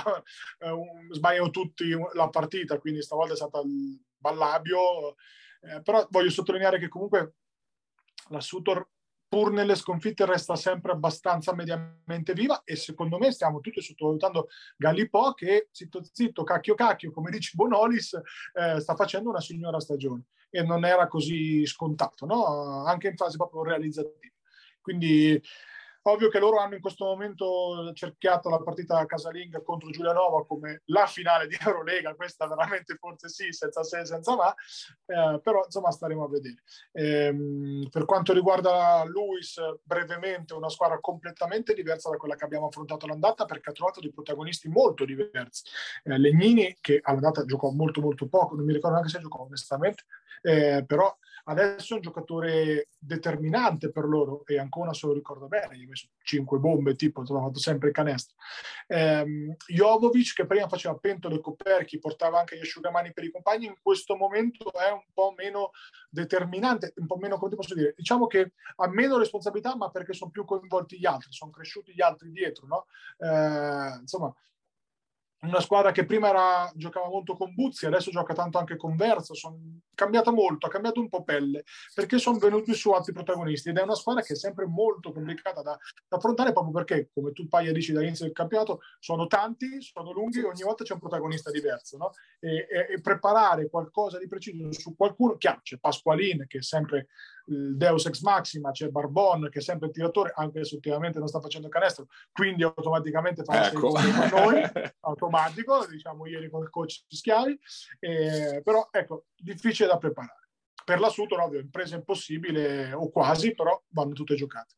uh, sbagliano tutti la partita, quindi stavolta è stata il ballabio, eh, però voglio sottolineare che comunque la Sutor pur nelle sconfitte resta sempre abbastanza mediamente viva, e secondo me stiamo tutti sottovalutando Gallipò, che zitto zitto, cacchio cacchio, come dice Bonolis, eh, sta facendo una signora stagione, e non era così scontato, no? Anche in fase proprio realizzativa. Quindi ovvio che loro hanno in questo momento cerchiato la partita casalinga contro Giulianova come la finale di Eurolega, questa veramente forse sì, senza se e senza ma, eh, però insomma staremo a vedere. Ehm, per quanto riguarda Lewis, brevemente, una squadra completamente diversa da quella che abbiamo affrontato all'andata, perché ha trovato dei protagonisti molto diversi. Eh, Legnini, che all'andata giocò molto molto poco, non mi ricordo neanche se giocò onestamente, eh, però adesso è un giocatore determinante per loro, e Ancona se lo ricordo bene, gli ha messo cinque bombe, tipo, ha fatto sempre il canestro. Ehm, Jovovic, che prima faceva pentole e coperchi, portava anche gli asciugamani per i compagni, in questo momento è un po' meno determinante, un po' meno, come ti posso dire, diciamo che ha meno responsabilità, ma perché sono più coinvolti gli altri, sono cresciuti gli altri dietro, no? Eh, insomma, una squadra che prima era, giocava molto con Buzzi, adesso gioca tanto anche con Verso, sono cambiata molto, ha cambiato un po' pelle, perché sono venuti su altri protagonisti, ed è una squadra che è sempre molto complicata da, da affrontare, proprio perché, come tu Paia dici dall'inizio del campionato, sono tanti, sono lunghi, ogni volta c'è un protagonista diverso, no? E, e, e preparare qualcosa di preciso su qualcuno, chiaro, c'è Pasqualin che è sempre il Deus ex Maxima, c'è Barbon che è sempre il tiratore, anche se ultimamente non sta facendo canestro, quindi automaticamente fa ecco. con noi, automatico, diciamo ieri con il coach Schiavi, eh, però ecco, difficile da preparare. Per la Sutton, ovvio, impresa impossibile o quasi, però vanno tutte giocate.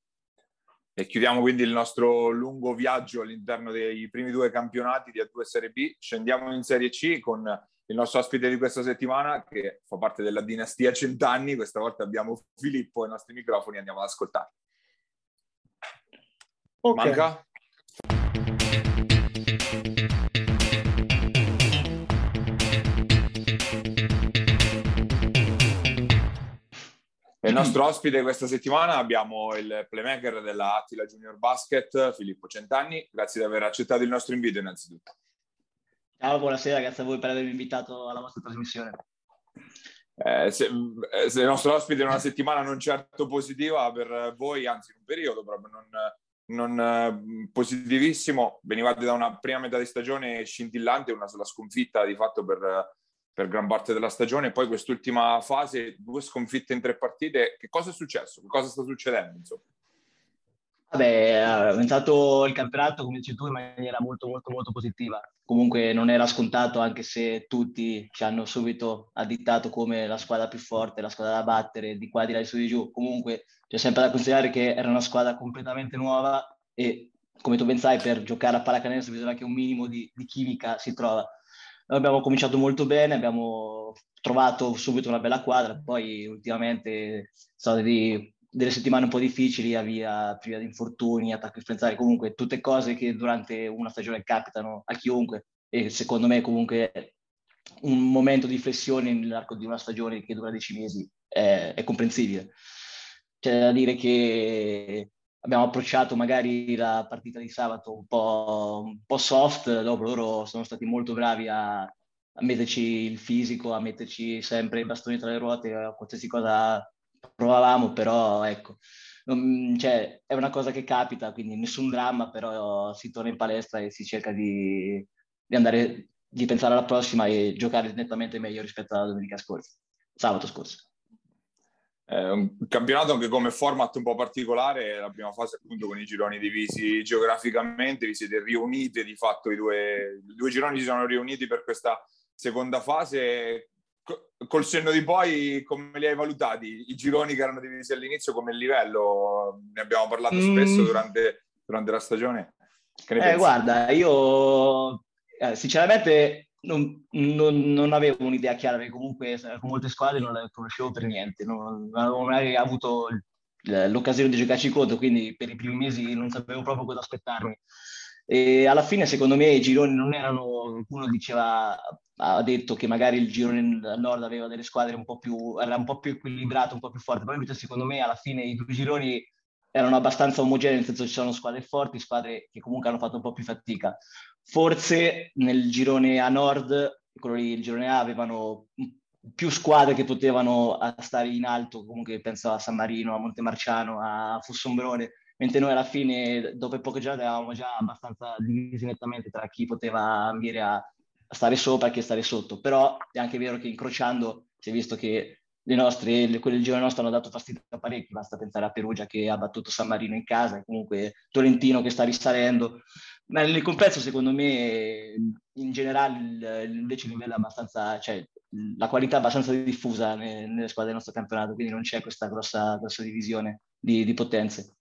E chiudiamo quindi il nostro lungo viaggio all'interno dei primi due campionati di A due Serie B. Scendiamo in Serie C con il nostro ospite di questa settimana, che fa parte della dinastia Cent'anni. Questa volta abbiamo Filippo ai nostri microfoni, andiamo ad ascoltare. Okay. Manca? E il nostro ospite questa settimana abbiamo il playmaker della Attila Junior Basket, Filippo Cent'anni. Grazie di aver accettato il nostro invito innanzitutto. Ciao, buonasera, grazie a voi per avermi invitato alla vostra trasmissione. Eh, se, se il nostro ospite è una settimana non certo positiva per voi, anzi un periodo proprio non, non eh, positivissimo, venivate da una prima metà di stagione scintillante, una sola sconfitta di fatto per, per gran parte della stagione, e poi quest'ultima fase, due sconfitte in tre partite. Che cosa è successo? Che cosa sta succedendo, insomma? Vabbè, è iniziato il campionato, come dici tu, in maniera molto molto molto positiva. Comunque non era scontato, anche se tutti ci hanno subito additato come la squadra più forte, la squadra da battere, di qua, di là, di su, di giù. Comunque c'è sempre da considerare che era una squadra completamente nuova e, come tu ben sai, per giocare a pallacanestro bisogna che un minimo di, di chimica si trova. Noi abbiamo cominciato molto bene, abbiamo trovato subito una bella quadra, poi ultimamente sono stati delle settimane un po' difficili, a via, prima di infortuni, attacchi influenzali, comunque tutte cose che durante una stagione capitano a chiunque, e secondo me comunque un momento di flessione nell'arco di una stagione che dura dieci mesi è, è comprensibile. C'è da dire che abbiamo approcciato magari la partita di sabato un po', un po' soft, dopo loro sono stati molto bravi a, a metterci il fisico, a metterci sempre i bastoni tra le ruote, a qualsiasi cosa provavamo, però ecco, non, cioè, è una cosa che capita, quindi nessun dramma, però si torna in palestra e si cerca di, di andare, di pensare alla prossima e giocare nettamente meglio rispetto alla domenica scorsa, sabato scorso. È un campionato anche come format un po' particolare, la prima fase appunto con i gironi divisi geograficamente, vi siete riuniti di fatto, i due, i due gironi si sono riuniti per questa seconda fase. Col senno di poi, come li hai valutati i gironi che erano divisi all'inizio, come livello? Ne abbiamo parlato mm. spesso durante, durante la stagione. Che ne eh, pensi? Guarda, io eh, sinceramente non, non, non avevo un'idea chiara, perché comunque con molte squadre non le conoscevo per niente, non, non avevo mai avuto l'occasione di giocarci contro, quindi per i primi mesi non sapevo proprio cosa aspettarmi. E alla fine secondo me i gironi non erano, qualcuno diceva, ha detto che magari il girone nord aveva delle squadre un po' più, era un po' più equilibrato, un po' più forte, però invece secondo me alla fine i due gironi erano abbastanza omogenei, nel senso che ci sono squadre forti, squadre che comunque hanno fatto un po' più fatica. Forse nel girone a nord, quello lì, il girone A, avevano più squadre che potevano stare in alto, comunque penso a San Marino, a Montemarciano, a Fossombrone, mentre noi alla fine, dopo poche giornate, eravamo già abbastanza divisi nettamente tra chi poteva ambire a, a stare sopra e chi stare sotto. Però è anche vero che incrociando si è visto che le nostre, le, quelle del girone nostro hanno dato fastidio a parecchi, basta pensare a Perugia che ha battuto San Marino in casa, e comunque Tolentino che sta risalendo. Ma nel compenso, secondo me, in generale invece il livello è abbastanza, cioè la qualità è abbastanza diffusa nelle, nelle squadre del nostro campionato, quindi non c'è questa grossa, grossa divisione di, di potenze.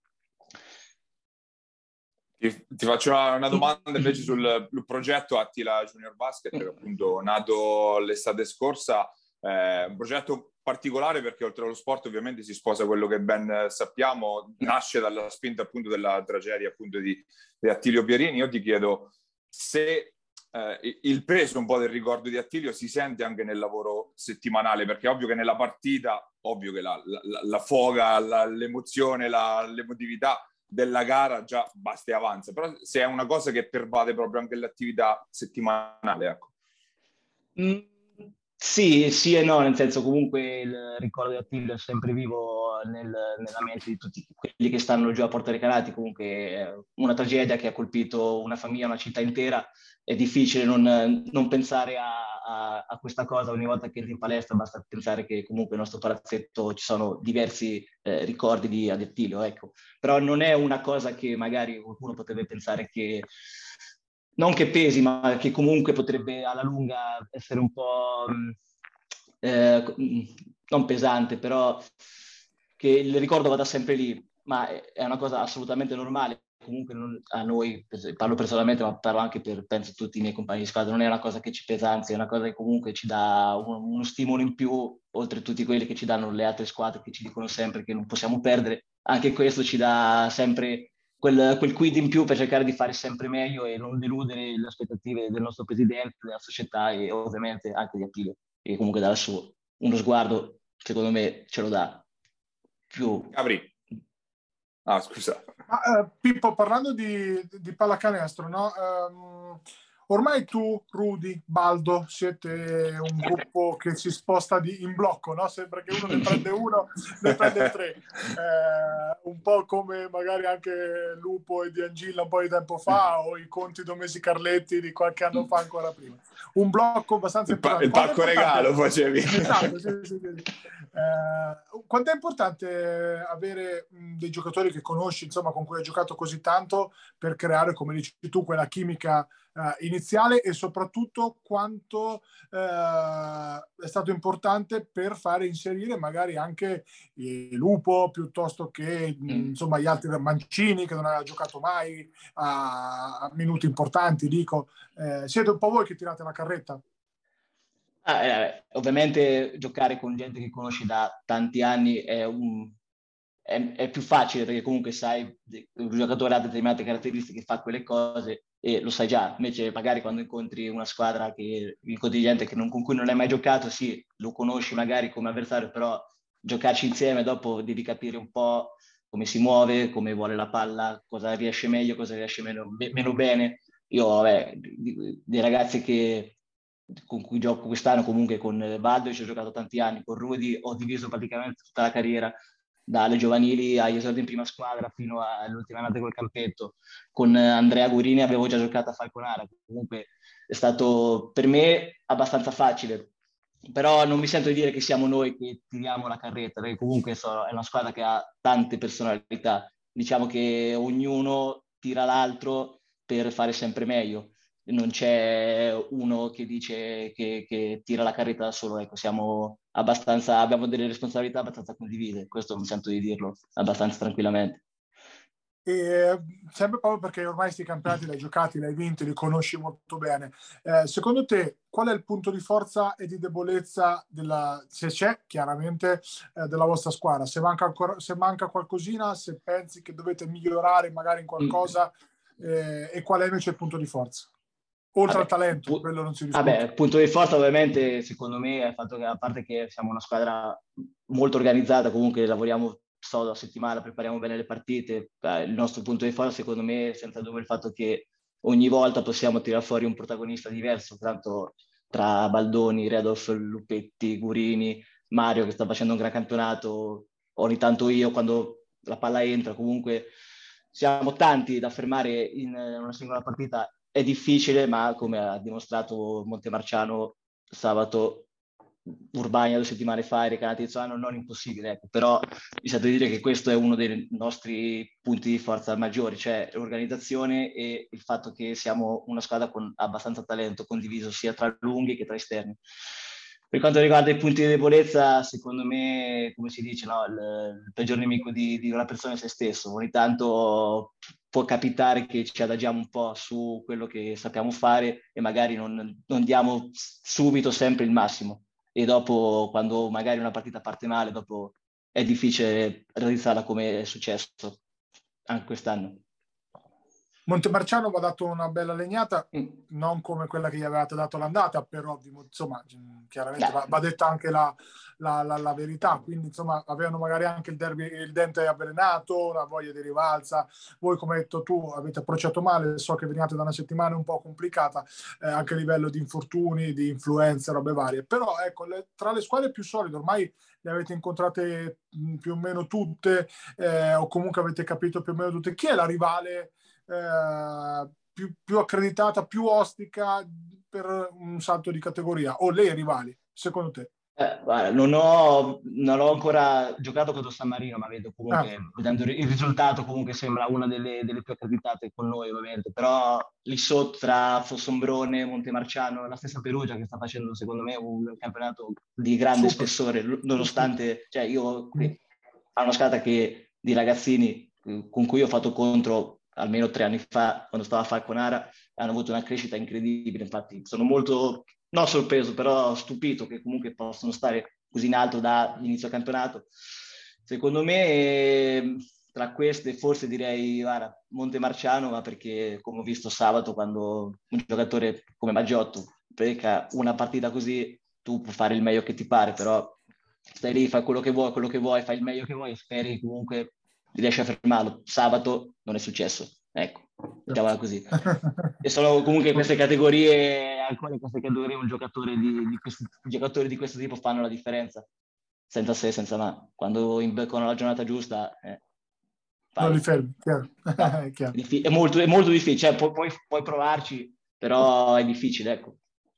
Ti, ti faccio una, una domanda invece sul, sul progetto Attila Junior Basket, che appunto nato l'estate scorsa, eh, un progetto particolare perché oltre allo sport ovviamente si sposa quello che ben sappiamo, nasce dalla spinta appunto della tragedia appunto di, di Attilio Pierini. Io ti chiedo se eh, il peso un po' del ricordo di Attilio si sente anche nel lavoro settimanale, perché è ovvio che nella partita, ovvio che la, la, la foga, la, l'emozione, la, l'emotività della gara già basta e avanza, però se è una cosa che pervade proprio anche l'attività settimanale, ecco. Mm, sì, sì e no, nel senso comunque il ricordo di Attilio è sempre vivo nel, nella mente di tutti quelli che stanno giù a Porto Recanati. Comunque è una tragedia che ha colpito una famiglia, una città intera. È difficile non, non pensare a, a, a questa cosa ogni volta che entri in palestra, basta pensare che comunque nel nostro palazzetto ci sono diversi eh, ricordi di Attilio, ecco. Però non è una cosa che magari qualcuno potrebbe pensare che, non che pesi, ma che comunque potrebbe alla lunga essere un po', eh, non pesante, però che il ricordo vada sempre lì, ma è una cosa assolutamente normale. Comunque non, a noi, parlo personalmente, ma parlo anche per, penso, tutti i miei compagni di squadra, non è una cosa che ci pesa, anzi è una cosa che comunque ci dà uno, uno stimolo in più, oltre a tutti quelli che ci danno le altre squadre, che ci dicono sempre che non possiamo perdere. Anche questo ci dà sempre quel, quel quid in più per cercare di fare sempre meglio e non deludere le aspettative del nostro presidente, della società e ovviamente anche di Attilio, che comunque dà suo, uno sguardo, secondo me, ce lo dà più. Apri. Ah, scusa. Ah, uh, Pippo, parlando di, di pallacanestro, no? Um, ormai tu, Rudy, Baldo, siete un gruppo che si sposta di, in blocco, no? Sembra che uno ne prende uno, ne prende tre. Eh, un po' come magari anche Lupo e Di Angilla un po' di tempo fa, o i Conti Domesi Carletti di qualche anno fa, ancora prima. Un blocco abbastanza il, pa- importante. il pacco regalo facevi. Esatto, sì, sì, sì. Eh, quanto è importante avere mh, dei giocatori che conosci, insomma, con cui hai giocato così tanto, per creare, come dici tu, quella chimica eh, iniziale, e soprattutto quanto eh, è stato importante per fare inserire magari anche il Lupo piuttosto che mh, insomma gli altri, Mancini che non aveva giocato mai a, a minuti importanti, dico. Eh, siete un po' voi che tirate la carretta? Ah, eh, ovviamente giocare con gente che conosci da tanti anni è, un, è, è più facile, perché comunque sai un giocatore ha determinate caratteristiche, fa quelle cose e lo sai già. Invece magari quando incontri una squadra, che incontri gente che non, con cui non hai mai giocato, sì, lo conosci magari come avversario, però giocarci insieme dopo devi capire un po' come si muove, come vuole la palla, cosa riesce meglio, cosa riesce meno, meno bene. Io, vabbè, dei ragazzi che con cui gioco quest'anno, comunque con Baldo ci ho giocato tanti anni, con Rudy ho diviso praticamente tutta la carriera, dalle giovanili agli esordi in prima squadra fino all'ultima annata col campetto. Con Andrea Gurini avevo già giocato a Falconara, comunque è stato per me abbastanza facile, però non mi sento di dire che siamo noi che tiriamo la carretta, perché comunque so, è una squadra che ha tante personalità, diciamo che ognuno tira l'altro per fare sempre meglio. Non c'è uno che dice che, che tira la carretta da solo, ecco, siamo abbastanza, abbiamo delle responsabilità abbastanza condivise, questo mi sento di dirlo abbastanza tranquillamente. E sempre proprio perché ormai questi campionati li hai giocati, li hai vinti, li conosci molto bene. Eh, secondo te qual è il punto di forza e di debolezza della, se c'è chiaramente, eh, della vostra squadra? Se manca, ancora, se manca qualcosina, se pensi che dovete migliorare magari in qualcosa, eh, e qual è invece il punto di forza? Oltre Vabbè, al talento, pu- quello non si discute. vabbè, il punto di forza ovviamente secondo me è il fatto che, a parte che siamo una squadra molto organizzata, comunque lavoriamo solo a settimana, prepariamo bene le partite, eh, il nostro punto di forza secondo me è senza dubbio il fatto che ogni volta possiamo tirare fuori un protagonista diverso, tanto tra Baldoni, Redolf, Lupetti, Gurini, Mario che sta facendo un gran campionato, ogni tanto io quando la palla entra, comunque siamo tanti da fermare in una singola partita, è difficile, ma come ha dimostrato Montemarciano sabato, Urbania due settimane fa e Recanati-Zano, non impossibile, ecco. Però mi sa di dire che questo è uno dei nostri punti di forza maggiori, cioè l'organizzazione e il fatto che siamo una squadra con abbastanza talento condiviso sia tra lunghi che tra esterni. Per quanto riguarda i punti di debolezza, secondo me, come si dice, no, il, il peggior nemico di, di una persona è se stesso. Ogni tanto può capitare che ci adagiamo un po' su quello che sappiamo fare e magari non, non diamo subito sempre il massimo. E dopo, quando magari una partita parte male, dopo è difficile realizzarla come è successo anche quest'anno. Montemarciano va dato una bella legnata, Mm. non come quella che gli avevate dato l'andata, però insomma, chiaramente va, va detta anche la, la, la, la verità, quindi insomma avevano magari anche il, derby, il dente avvelenato, la voglia di rivalsa. Voi, come hai detto tu, avete approcciato male, so che veniate da una settimana un po' complicata, eh, anche a livello di infortuni, di influenze, robe varie, però ecco, le, tra le squadre più solide ormai le avete incontrate mh, più o meno tutte, eh, o comunque avete capito più o meno tutte. Chi è la rivale Eh, più, più accreditata, più ostica per un salto di categoria, o le rivali, secondo te? Eh, guarda, non ho, non ho ancora giocato contro San Marino, ma vedo Ah. comunque, vedendo il risultato, comunque sembra una delle, delle più accreditate con noi, ovviamente. Però lì sotto, tra Fossombrone, Montemarciano, la stessa Perugia che sta facendo, secondo me, un campionato di grande Super. spessore, nonostante, cioè io qui ho una squadra che di ragazzini eh, con cui ho fatto contro almeno tre anni fa, quando stavo a Falconara, hanno avuto una crescita incredibile. Infatti sono molto, non sorpreso, però stupito che comunque possono stare così in alto dall'inizio del campionato. Secondo me, tra queste, forse direi, guarda, Montemarciano, ma perché, come ho visto sabato, quando un giocatore come Maggiotto becca una partita così, tu puoi fare il meglio che ti pare, però stai lì, fai quello che vuoi, quello che vuoi, fai il meglio che vuoi e speri comunque riesci a fermarlo. Sabato non è successo, ecco, mettiamola così. E sono comunque queste categorie, alcune queste categorie, un giocatore di, di questi, giocatori di questo tipo fanno la differenza, senza se, senza ma. Quando imbeccano la giornata giusta, eh, non li fermi, chiaro. No, È chiaro. è, diffi- è, molto, è molto difficile, cioè, pu- puoi, puoi provarci, però è difficile, ecco.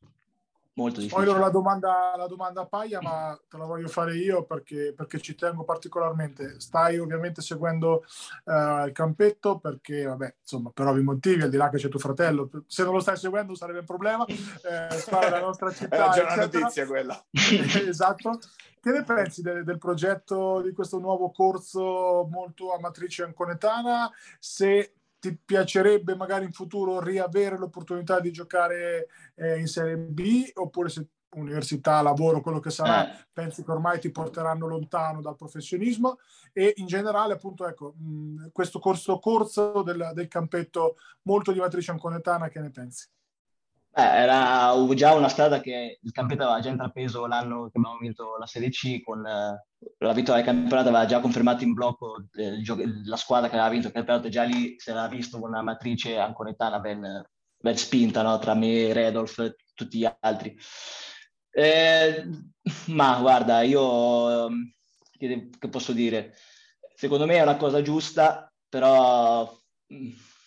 Molto Spoiler difficile. la domanda, la domanda a paia, ma te la voglio fare io perché, perché ci tengo particolarmente. Stai ovviamente seguendo uh, il campetto perché, vabbè, insomma, per ovvi motivi, al di là che c'è tuo fratello, se non lo stai seguendo sarebbe un problema. Eh, sta nella nostra città, è già una eccetera. notizia quella. Esatto. Che ne pensi de- del progetto di questo nuovo corso molto amatrice anconetana? Se ti piacerebbe magari in futuro riavere l'opportunità di giocare eh, in Serie B, oppure se università, lavoro, quello che sarà, Eh. pensi che ormai ti porteranno lontano dal professionismo? E in generale, appunto, ecco, mh, questo corso corso del, del campetto molto di matrice anconetana, che ne pensi? Eh, era già una strada che il campetto aveva già intrapreso l'anno che abbiamo vinto la Serie C, con eh, la vittoria del campionato aveva già confermato in blocco eh, il gio- la squadra che aveva vinto il campionato, già lì si era visto con una matrice anconetana ben, ben spinta, no? Tra me, Redolf e tutti gli altri. Eh, ma guarda, io ehm, che, che posso dire? Secondo me è una cosa giusta, però mh,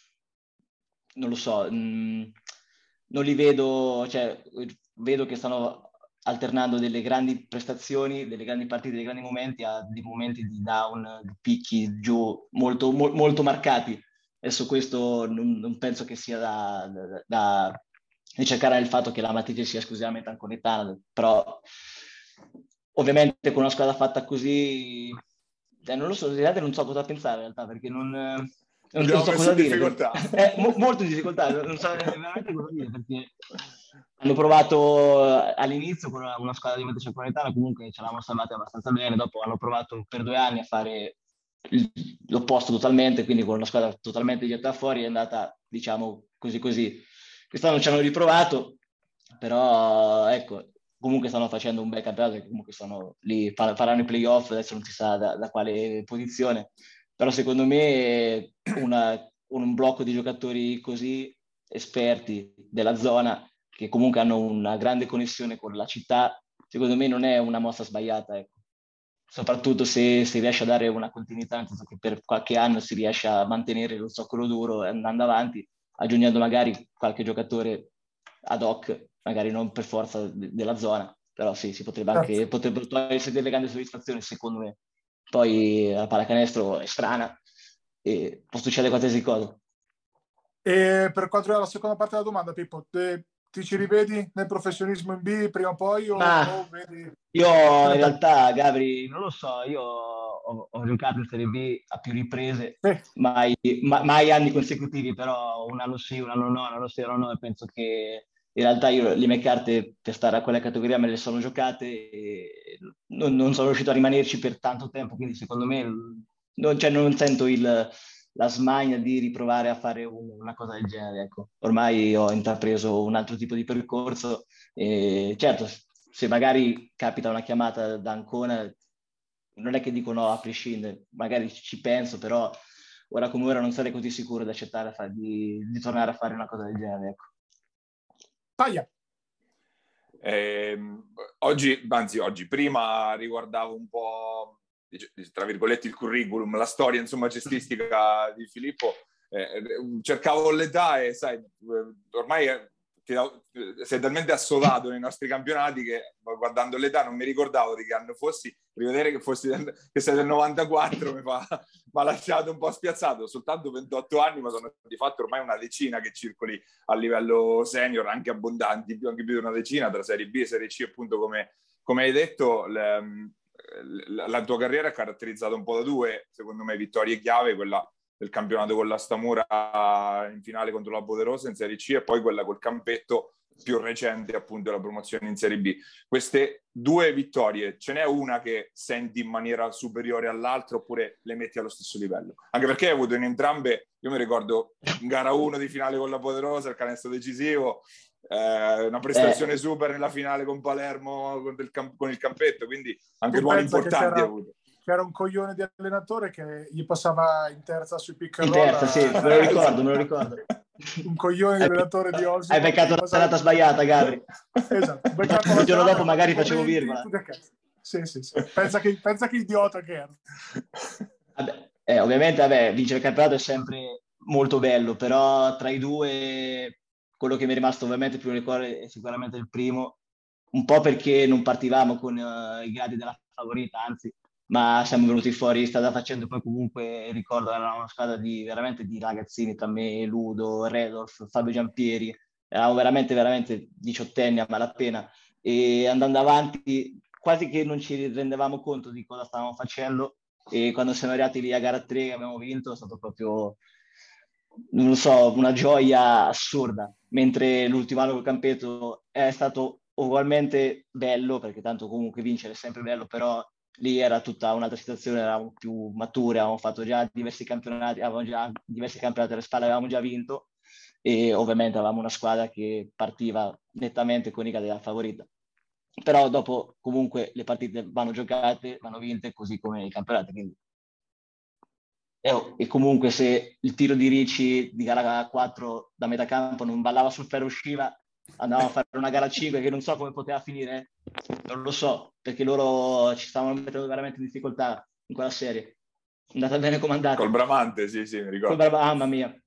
non lo so, mh, non li vedo, cioè vedo che stanno alternando delle grandi prestazioni, delle grandi partite, dei grandi momenti a dei momenti di down, di picchi giù molto, mo- molto marcati. Adesso questo non, non penso che sia da, da, da ricercare il fatto che la matrice sia esclusivamente anconetana, però ovviamente con una squadra fatta così, eh, non lo so, in realtà non so cosa pensare in realtà, perché non, eh, non, non Abbiamo so messo cosa in dire. difficoltà. È mo- molto in difficoltà, non so veramente cosa dire, perché hanno provato all'inizio con una, una squadra di metropolitana, comunque ce l'hanno salvata abbastanza bene, dopo hanno provato per due anni a fare il- l'opposto totalmente, quindi con una squadra totalmente gettata fuori è andata, diciamo, così così. Quest'anno ci hanno riprovato, però ecco, comunque stanno facendo un bel campionato, che comunque sono lì, fa- faranno i playoff, adesso non si sa da, da quale posizione, però secondo me una- un blocco di giocatori così esperti della zona che comunque hanno una grande connessione con la città, secondo me non è una mossa sbagliata, ecco. Soprattutto se si riesce a dare una continuità, nel senso che per qualche anno si riesce a mantenere lo zoccolo duro andando avanti, aggiungendo magari qualche giocatore ad hoc, magari non per forza de- della zona, però sì, si potrebbe anche, potrebbero togliersi delle grandi soddisfazioni, secondo me. Poi la pallacanestro è strana e può succedere qualsiasi cosa. E per quanto riguarda la seconda parte della domanda, Pippo, te, ti ci rivedi nel professionismo in B prima o poi? O, Ma o vedi... io in realtà, Gabri, non lo so, io ho, ho giocato in Serie B a più riprese, Sì. mai, ma- mai anni consecutivi, però un anno sì, un anno no, un anno sì, un anno no, e penso che in realtà io le mie carte per stare a quella categoria me le sono giocate e non, non sono riuscito a rimanerci per tanto tempo, quindi secondo me non, cioè, non sento il, la smania di riprovare a fare un- una cosa del genere, ecco. Ormai ho intrapreso un altro tipo di percorso e certo, se magari capita una chiamata da Ancona, non è che dico no a prescindere, magari ci penso, però ora come ora non sarei così sicuro di accettare a far- di, di tornare a fare una cosa del genere, ecco. Taglia. Eh, oggi, anzi oggi, prima riguardavo un po', tra virgolette, il curriculum, la storia insomma cestistica di Filippo, eh, cercavo l'età e sai, ormai è, ti, sei talmente assodato nei nostri campionati che guardando l'età non mi ricordavo di che anno fossi, rivedere che, fossi del, che sei del novantaquattro mi fa mi ha lasciato un po' spiazzato, soltanto ventotto anni, ma sono di fatto ormai una decina che circoli a livello senior, anche abbondanti, più, anche più di una decina tra Serie B e Serie C, appunto come, come hai detto. Le, la, la tua carriera è caratterizzata un po' da due, secondo me, vittorie chiave, quella del campionato con la Stamura in finale contro la Poderosa in Serie C e poi quella col Campetto più recente, appunto la promozione in Serie B. Queste due vittorie, ce n'è una che senti in maniera superiore all'altra oppure le metti allo stesso livello? Anche perché hai avuto in entrambe, io mi ricordo in gara uno di finale con la Poderosa, il canestro decisivo, eh, una prestazione eh. super nella finale con Palermo con, del camp- con il Campetto, quindi anche ruoli importanti hai avuto. C'era un coglione di allenatore che gli passava in terza sui pick and in roll. terza, sì, me lo ricordo, me lo ricordo. Un coglione di allenatore di Olsi. Hai beccato la serata sbagliata, Gabri. Esatto. Beccato il giorno dopo magari facevo virgola. Sì, sì, sì. Pensa che, pensa che idiota che era. Vabbè, eh, ovviamente, vabbè, vincere il campionato è sempre molto bello, però tra i due, quello che mi è rimasto ovviamente più nel cuore è sicuramente il primo, un po' perché non partivamo con uh, i gradi della favorita, anzi, ma siamo venuti fuori strada facendo, poi comunque ricordo era una squadra di veramente di ragazzini, tra me, Ludo, Redolf, Fabio Giampieri, eravamo veramente veramente diciottenni a malapena e andando avanti quasi che non ci rendevamo conto di cosa stavamo facendo e quando siamo arrivati lì a gara tre abbiamo vinto è stato proprio, non lo so, una gioia assurda, mentre l'ultimo anno col Campetto è stato ugualmente bello perché tanto comunque vincere è sempre bello, però lì era tutta un'altra situazione, eravamo più maturi, avevamo fatto già diversi campionati, avevamo già diversi campionati alle spalle, avevamo già vinto e ovviamente avevamo una squadra che partiva nettamente con i gradi della favorita. Però dopo comunque le partite vanno giocate, vanno vinte così come i campionati. Quindi. E, e comunque se il tiro di Ricci di gara quattro da metà campo non ballava sul ferro usciva, andavamo a fare una gara cinque che non so come poteva finire, non lo so, perché loro ci stavano mettendo veramente in difficoltà in quella serie. È andata bene comandata. Col Bramante, sì, sì, mi ricordo. Col Bramante, mamma mia.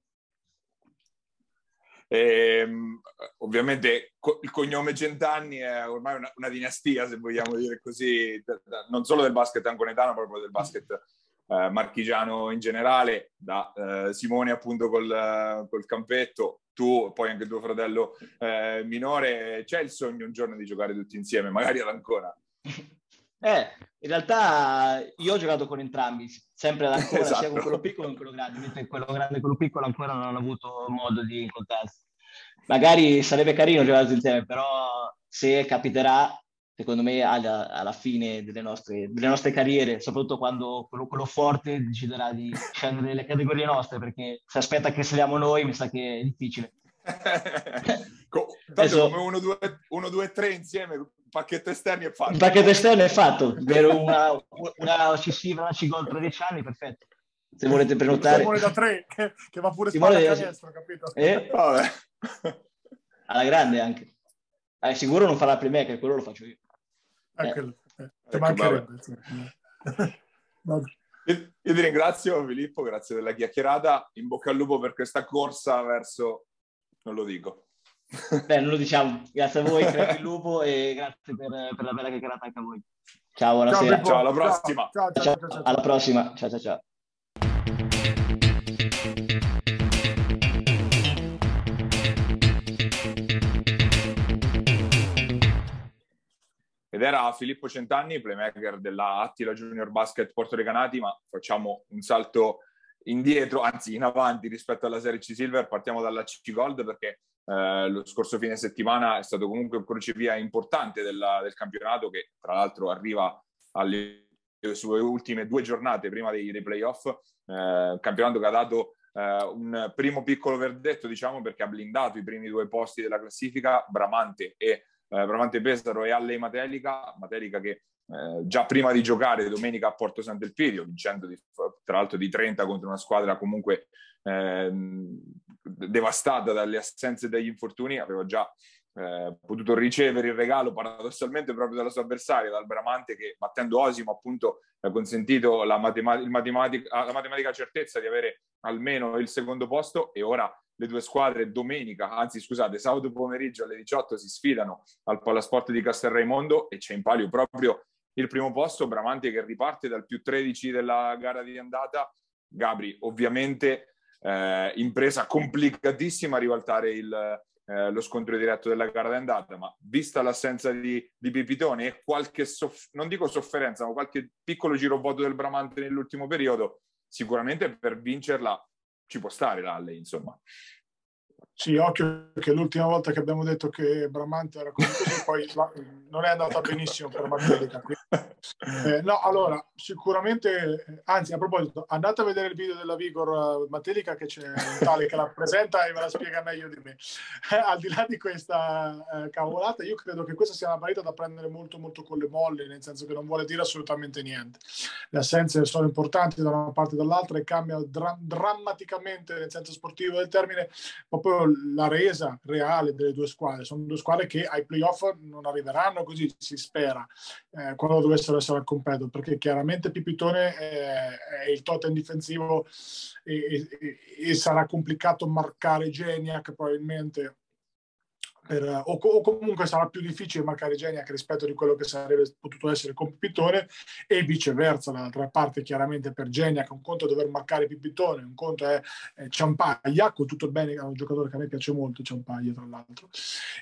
E, ovviamente il cognome Centanni è ormai una, una dinastia, se vogliamo dire così, non solo del basket anconetano, ma proprio del basket eh, marchigiano in generale, da eh, Simone appunto col, col Campetto, tu poi anche tuo fratello eh, minore. C'è il sogno un giorno di giocare tutti insieme, magari ad Ancona? Eh, in realtà io ho giocato con entrambi, sempre ad Ancona, esatto. sia con quello piccolo che con quello grande, mentre quello grande e quello piccolo ancora non hanno avuto modo di incontrarsi. Magari sarebbe carino giocare insieme, però se capiterà, secondo me alla, alla fine delle nostre, delle nostre carriere, soprattutto quando quello, quello forte deciderà di scendere nelle categorie nostre, perché se aspetta che saliamo noi mi sa che è difficile. Tanto Adesso, come uno, due, tre insieme, il pacchetto esterni è fatto. Il pacchetto esterno è fatto, ovvero una, una Cissivra, una Cigol tredici anni, perfetto. Se volete prenotare. Simone da tre, che, che va pure Simone spalla a canestro, capito? Eh? Vabbè. Alla grande anche. Eh, sicuro non farà prima, che quello lo faccio io. Eh, Eh. quello, eh, Ecco, mancherebbe. Io, io ti ringrazio Filippo, grazie della chiacchierata, in bocca al lupo per questa corsa verso, non lo dico. Beh, non lo diciamo, grazie a voi, crepi il lupo e grazie per, per la bella chiacchierata anche a voi. Ciao, buonasera. Ciao, Ciao, alla prossima. Ciao, ciao, Ciao, ciao, ciao, ciao. alla prossima. Ciao, ciao, ciao. Ed era Filippo Centanni, playmaker della Attila Junior Basket Porto Recanati, ma facciamo un salto indietro, anzi in avanti rispetto alla Serie C Silver. Partiamo dalla C Gold perché eh, lo scorso fine settimana è stato comunque un crocevia importante della, del campionato, che tra l'altro arriva alle sue ultime due giornate prima dei, dei playoff. Eh, campionato che ha dato eh, un primo piccolo verdetto, diciamo, perché ha blindato i primi due posti della classifica, Bramante e Eh, Bramante Pesaro e Alley Matelica, Matelica che eh, già prima di giocare domenica a Porto Sant'Elpidio, vincendo di, tra l'altro di trenta contro una squadra comunque eh, devastata dalle assenze e dagli infortuni, aveva già eh, potuto ricevere il regalo paradossalmente proprio dalla sua avversaria, dal Bramante, che battendo Osimo appunto ha consentito la, matematica, il matematica, la matematica certezza di avere almeno il secondo posto. E ora le due squadre domenica, anzi scusate, sabato pomeriggio alle diciotto si sfidano al Palasport di Castelraimondo e c'è in palio proprio il primo posto, Bramante che riparte dal più tredici della gara di andata. Gabri, ovviamente eh, impresa complicatissima a ribaltare il, eh, lo scontro diretto della gara di andata, ma vista l'assenza di, di Pipitone e qualche, soff- non dico sofferenza, ma qualche piccolo girovuoto del Bramante nell'ultimo periodo, sicuramente per vincerla ci può stare l'Alley, insomma. Sì, occhio che l'ultima volta che abbiamo detto che Bramante era così, così poi non è andata benissimo per Matelica. Eh, no, allora, sicuramente, anzi, a proposito, andate a vedere il video della Vigor Matelica, che c'è un tale che la presenta e ve la spiega meglio di me. Eh, al di là di questa eh, cavolata, io credo che questa sia una partita da prendere molto molto con le molle, nel senso che non vuole dire assolutamente niente. Le assenze sono importanti da una parte e dall'altra e cambia dra- drammaticamente, nel senso sportivo del termine, proprio la resa reale delle due squadre. Sono due squadre che ai playoff non arriveranno, così si spera, eh, quando dovessero essere al completo, perché chiaramente Pipitone è, è il totem difensivo e, e, e sarà complicato marcare Geniac probabilmente. Per, o, o comunque sarà più difficile marcare Geniac rispetto di quello che sarebbe potuto essere con Pipitone, e viceversa. Dall'altra parte, chiaramente per Geniac un conto è dover marcare Pipitone, un conto è, è Ciampaglia, con tutto il bene, è un giocatore che a me piace molto, Ciampaglia tra l'altro,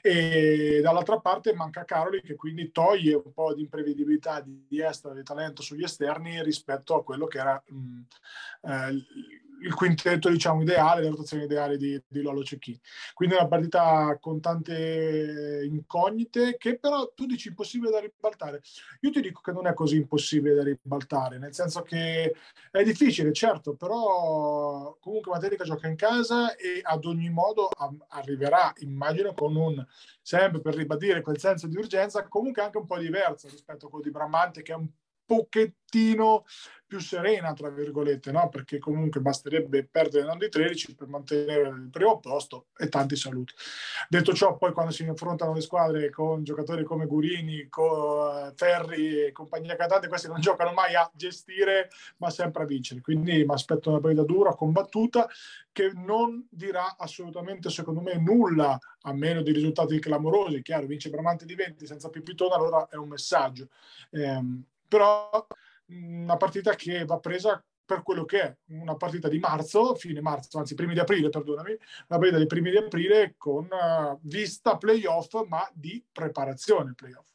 e dall'altra parte manca Caroli, che quindi toglie un po' di imprevedibilità di, di estero, di talento sugli esterni rispetto a quello che era mh, eh, il quintetto, diciamo, ideale, le rotazioni ideali di, di Lolo Cecchini. Quindi è una partita con tante incognite, che però tu dici impossibile da ribaltare. Io ti dico che non è così impossibile da ribaltare, nel senso che è difficile, certo, però comunque Matelica gioca in casa e ad ogni modo arriverà, immagino, con un, sempre per ribadire quel senso di urgenza, comunque anche un po' diverso rispetto a quello di Bramante, che è un pochettino più serena, tra virgolette, no? Perché comunque basterebbe perdere non di tredici per mantenere il primo posto, e tanti saluti. Detto ciò, poi quando si affrontano le squadre con giocatori come Gurini, con Ferri e compagnia cantante, questi non giocano mai a gestire, ma sempre a vincere. Quindi mi aspetto una partita dura, combattuta, che non dirà assolutamente, secondo me, nulla, a meno di risultati clamorosi. Chiaro, vince Bramante di venti senza Pipitone, allora è un messaggio. Eh, però una partita che va presa per quello che è, una partita di marzo, fine marzo, anzi primi di aprile, perdonami, una partita dei primi di aprile con uh, vista playoff, ma di preparazione playoff.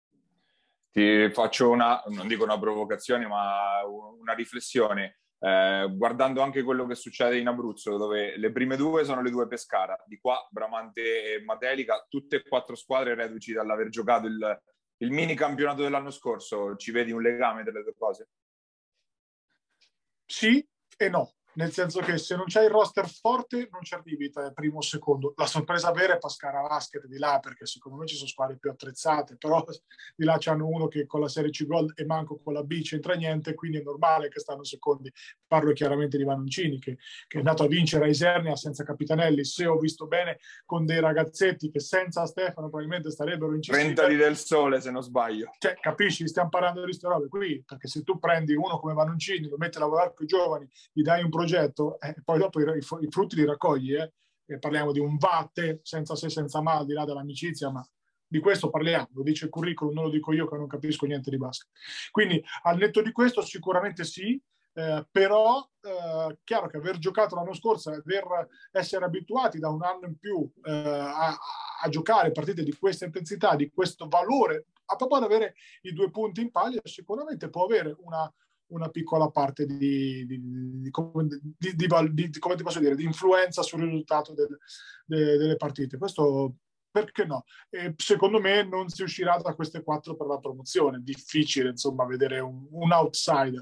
Ti faccio una, non dico una provocazione, ma una riflessione. Eh, guardando anche quello che succede in Abruzzo, dove le prime due sono le due Pescara, di qua Bramante e Matelica, tutte e quattro squadre reduci dall'aver giocato il il mini campionato dell'anno scorso. Ci vedi un legame delle due cose? Sì e no. nel senso che se non c'è il roster forte non ci arrivi tra primo o secondo. La sorpresa vera è Pascara Basket di là, perché secondo me ci sono squadre più attrezzate, però di là c'hanno uno che con la Serie C Gold e manco con la B c'entra niente, quindi è normale che stanno secondi. Parlo chiaramente di Vannoncini, che, che è andato a vincere a Isernia senza Capitanelli, se ho visto bene, con dei ragazzetti che senza Stefano probabilmente starebbero in trenta di Del Sole, se non sbaglio. Cioè, capisci, stiamo parlando di queste robe qui, perché se tu prendi uno come Vannoncini, lo metti a lavorare con i giovani, gli dai un progetto e eh, poi dopo i, i, i frutti li raccogli, eh? E parliamo di un vatte senza se senza ma, al di là dell'amicizia, ma di questo parliamo, lo dice il curriculum, non lo dico io che non capisco niente di basket. Quindi al netto di questo sicuramente sì, eh, però eh, chiaro che aver giocato l'anno scorso, aver essere abituati da un anno in più eh, a, a giocare partite di questa intensità, di questo valore, a proprio ad avere i due punti in palio, sicuramente può avere una una piccola parte di, di, di, di, di, di, di come ti posso dire, di influenza sul risultato del, de, delle partite. Questo perché no? E secondo me non si uscirà da queste quattro per la promozione. Difficile, insomma, vedere un, un outsider.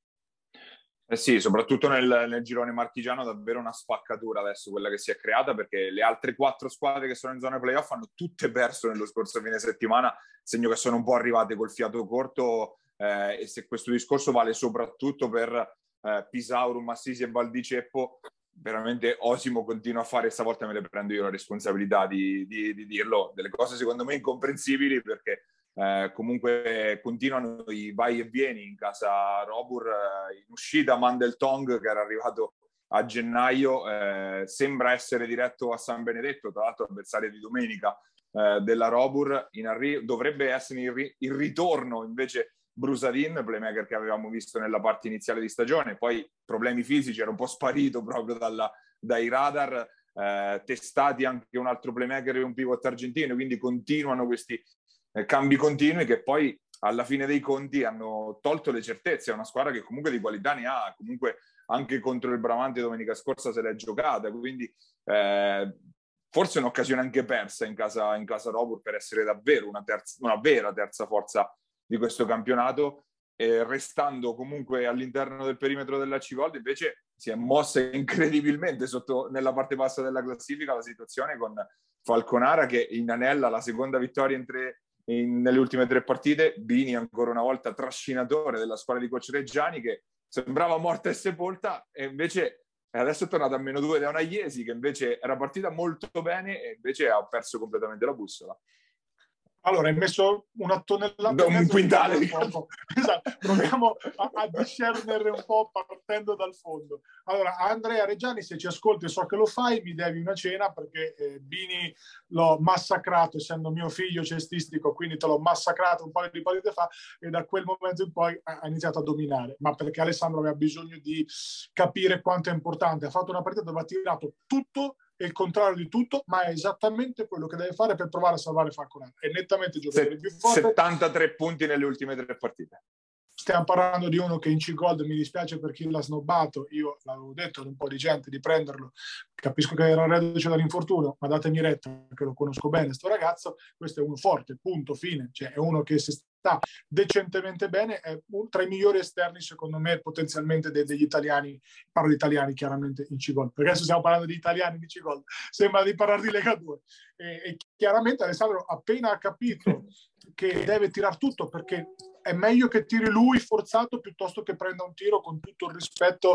Eh sì, soprattutto nel, nel girone marchigiano davvero una spaccatura adesso quella che si è creata, perché le altre quattro squadre che sono in zona playoff hanno tutte perso nello scorso fine settimana, segno che sono un po' arrivate col fiato corto. Eh, e se questo discorso vale soprattutto per eh, Pisaurum, Assisi e Val di Ceppo, veramente Osimo continua a fare, stavolta me le prendo io la responsabilità di, di, di dirlo, delle cose secondo me incomprensibili, perché eh, comunque continuano i vai e vieni in casa Robur, eh, in uscita Mandeltong che era arrivato a gennaio, eh, sembra essere diretto a San Benedetto, tra l'altro avversario di domenica eh, della Robur, in arri- dovrebbe essere il, ri- il ritorno invece Brusadin, playmaker che avevamo visto nella parte iniziale di stagione, poi problemi fisici, era un po' sparito proprio dalla, dai radar, eh, testati anche un altro playmaker e un pivot argentino, quindi continuano questi eh, cambi continui che poi alla fine dei conti hanno tolto le certezze. È una squadra che comunque di qualità ne ha, comunque anche contro il Bramante domenica scorsa se l'è giocata, quindi eh, forse è un'occasione anche persa in casa, in casa Robur per essere davvero una, terza, una vera terza forza di questo campionato, e restando comunque all'interno del perimetro della C-Gold invece si è mossa incredibilmente sotto, nella parte bassa della classifica, la situazione con Falconara che inanella la seconda vittoria in tre, in, nelle ultime tre partite, Bini ancora una volta trascinatore della squadra di coach Reggiani che sembrava morta e sepolta, e invece adesso è tornata a meno due da una Iesi che invece era partita molto bene e invece ha perso completamente la bussola. Allora, hai messo una tonnellata un quintale di esatto. Proviamo a, a discernere un po' partendo dal fondo. Allora, Andrea Reggiani, se ci ascolti, so che lo fai, mi devi una cena perché eh, Bini l'ho massacrato, essendo mio figlio cestistico, quindi te l'ho massacrato un paio di partite fa e da quel momento in poi ha iniziato a dominare, ma perché Alessandro aveva bisogno di capire quanto è importante. Ha fatto una partita dove ha tirato tutto e il contrario di tutto, ma è esattamente quello che deve fare per provare a salvare Falconara. È nettamente il giocatore più forte. settantatré punti nelle ultime tre partite. Stiamo parlando di uno che in C-Gold, mi dispiace per chi l'ha snobbato, io l'avevo detto ad un po' di gente di prenderlo, capisco che era reduce dall'infortunio, ma datemi retta che lo conosco bene sto ragazzo, questo è uno forte, punto, fine, cioè è uno che si sta decentemente bene, è uno tra i migliori esterni secondo me potenzialmente de- degli italiani, parlo di italiani chiaramente in C-Gold, perché adesso stiamo parlando di italiani di C-Gold, sembra di parlare di Lega due, e, e chiaramente Alessandro appena ha capito che deve tirar tutto, perché è meglio che tiri lui forzato piuttosto che prenda un tiro, con tutto il rispetto,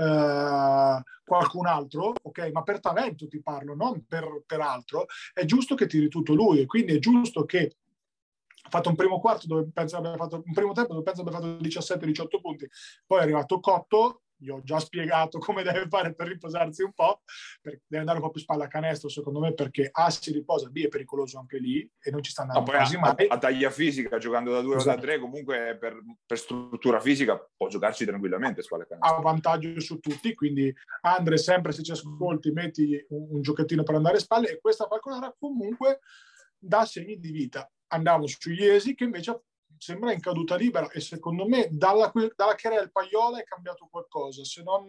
eh, qualcun altro, ok? Ma per talento ti parlo, non per, per altro. È giusto che tiri tutto lui e quindi è giusto che ha fatto un primo quarto dove penso abbia fatto un primo tempo dove penso abbia fatto diciassette diciotto punti, poi è arrivato Cotto, gli ho già spiegato come deve fare per riposarsi un po', per, deve andare un po' più spalla a canestro secondo me, perché A si riposa, B è pericoloso anche lì e non ci sta andando no, quasi a, mai. A taglia fisica, giocando da due esatto. o da tre, comunque per, per struttura fisica può giocarci tranquillamente spalla a canestro. Ha vantaggio su tutti, quindi Andre sempre se ci ascolti metti un, un giochettino per andare a spalle, e questa Falconara comunque dà segni di vita. Andavo su Iesi che invece sembra in caduta libera e secondo me dalla, dalla Cherel Paiola è cambiato qualcosa, se non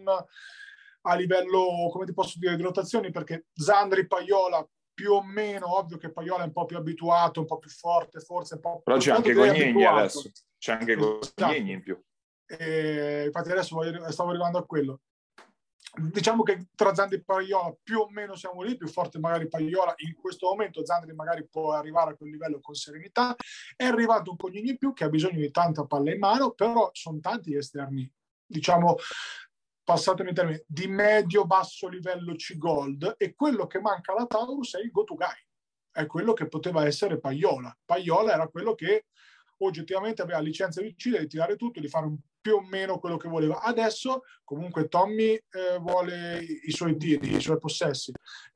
a livello, come ti posso dire, di rotazioni, perché Zandri, Paiola più o meno, ovvio che Paiola è un po' più abituato, un po' più forte, forse un po' però più... c'è anche Gognegni adesso, c'è anche Gognegni in più. E infatti adesso voglio, stavo arrivando a quello. diciamo che tra Zandri e Paiola più o meno siamo lì, più forte magari Paiola in questo momento, Zandri magari può arrivare a quel livello con serenità. È arrivato un Cognini in più che ha bisogno di tanta palla in mano, però sono tanti esterni, diciamo, passatemi il termine, di medio-basso livello C-Gold, e quello che manca alla Taurus è il go-to-guy, è quello che poteva essere Paiola. Paiola era quello che oggettivamente aveva licenza di uccidere, di tirare tutto, di fare un, più o meno quello che voleva. Adesso comunque Tommy eh, vuole i suoi tiri, i suoi possessi,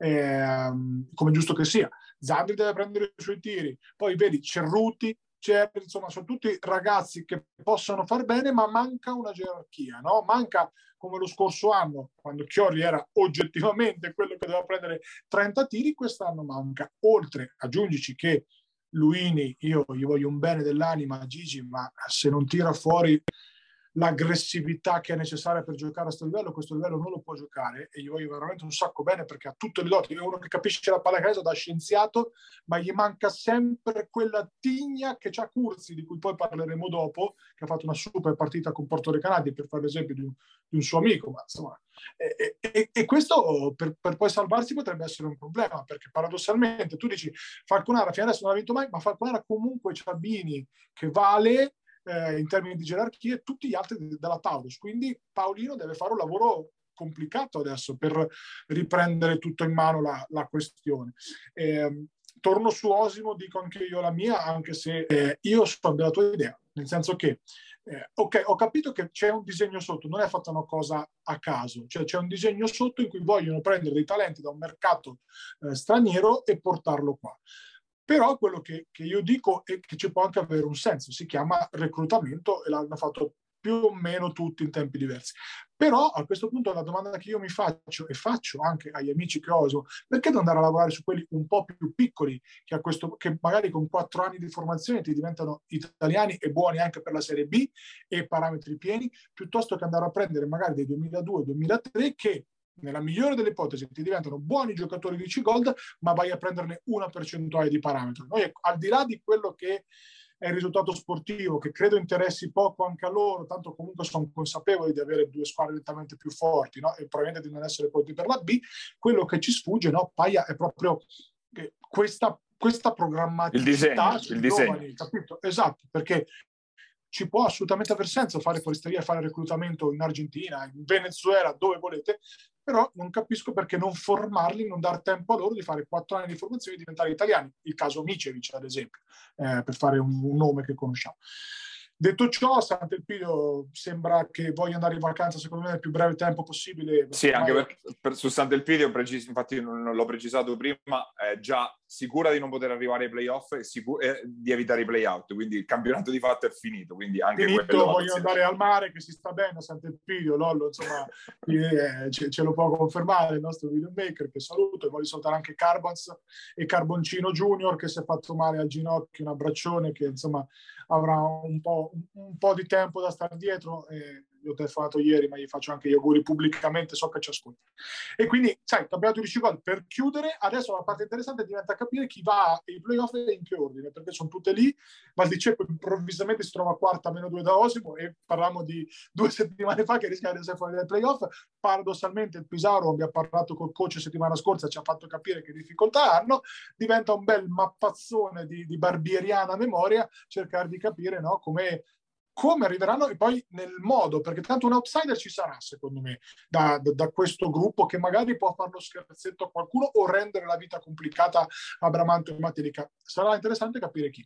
eh, come giusto che sia. Zandri deve prendere i suoi tiri, poi vedi Cerruti, Cerri, insomma sono tutti ragazzi che possono far bene, ma manca una gerarchia, no? Manca, come lo scorso anno, quando Chiori era oggettivamente quello che doveva prendere trenta tiri, quest'anno manca. Oltre, aggiungici che Luini, io gli voglio un bene dell'anima a Gigi, ma se non tira fuori l'aggressività che è necessaria per giocare a questo livello, questo livello non lo può giocare, e gli voglio veramente un sacco bene perché ha tutte le doti. È uno che capisce la pallacanestro da scienziato, ma gli manca sempre quella tigna che c'ha Curzi, di cui poi parleremo dopo, che ha fatto una super partita con Porto Recanati, per fare l'esempio di un, di un suo amico. Ma insomma, e, e, e questo per, per poi salvarsi potrebbe essere un problema, perché paradossalmente tu dici Falconara fino adesso non ha vinto mai, ma Falconara comunque c'ha Bini che vale Eh, in termini di gerarchia, e tutti gli altri della Taurus, quindi Paolino deve fare un lavoro complicato adesso per riprendere tutto in mano la, la questione. Eh, torno su Osimo, dico anche io la mia, anche se eh, io sono della tua idea, nel senso che eh, ok, ho capito che c'è un disegno sotto, non è fatta una cosa a caso, cioè c'è un disegno sotto in cui vogliono prendere dei talenti da un mercato eh, straniero e portarlo qua. Però quello che, che io dico è che ci può anche avere un senso, si chiama reclutamento e l'hanno fatto più o meno tutti in tempi diversi. Però a questo punto la domanda che io mi faccio, e faccio anche agli amici che oso, perché non andare a lavorare su quelli un po' più piccoli, che, a questo, che magari con quattro anni di formazione ti diventano italiani e buoni anche per la Serie B e parametri pieni, piuttosto che andare a prendere magari dei duemiladue duemilatré che nella migliore delle ipotesi ti diventano buoni giocatori di C-Gold, ma vai a prenderne una percentuale di parametro. Noi, al di là di quello che è il risultato sportivo, che credo interessi poco anche a loro, tanto comunque sono consapevoli di avere due squadre nettamente più forti, no? E probabilmente di non essere pronti per la B, quello che ci sfugge, no, Paia, è proprio questa, questa programmaticità il disegno, sui il giovani, disegno. capito? Esatto, perché ci può assolutamente aver senso fare foresteria e fare reclutamento in Argentina, in Venezuela, dove volete, però non capisco perché non formarli, non dar tempo a loro di fare quattro anni di formazione e diventare italiani. Il caso Micevic, ad esempio, eh, per fare un, un nome che conosciamo. Detto ciò, Sant'Elpidio sembra che voglia andare in vacanza, secondo me, nel più breve tempo possibile. Sì, anche per, per, su Sant'Elpidio, precis, infatti non, non l'ho precisato prima, è già sicura di non poter arrivare ai playoff e, sicur- e di evitare i playout, quindi il campionato di fatto è finito. Quindi anche finito, quello voglio andare al mare, che si sta bene a Sant'Elpidio, Lollo, insomma, eh, ce, ce lo può confermare il nostro videomaker, che saluto, e voglio salutare anche Carbons e Carboncino Junior, che si è fatto male al ginocchio, un abbraccione, che insomma avrà un po', un, un po' di tempo da stare dietro. Eh, gli ho telefonato ieri, ma gli faccio anche gli auguri pubblicamente, so che ci ascolta. E quindi, sai, campionato di C-Gold per chiudere. Adesso la parte interessante diventa capire chi va ai playoff e in che ordine, perché sono tutte lì. Valdiceppo improvvisamente si trova quarta a meno due da Osimo, e parlavamo di due settimane fa che rischia di essere fuori dai playoff. Paradossalmente il Pisaro, abbiamo parlato col coach settimana scorsa, ci ha fatto capire che difficoltà hanno. Diventa un bel mappazzone di, di barbieriana memoria, cercare di capire, no, come come arriveranno, e poi nel modo, perché tanto un outsider ci sarà, secondo me, da, da, da questo gruppo, che magari può fare lo scherzetto a qualcuno o rendere la vita complicata a Bramante e Matelica. Sarà interessante capire chi.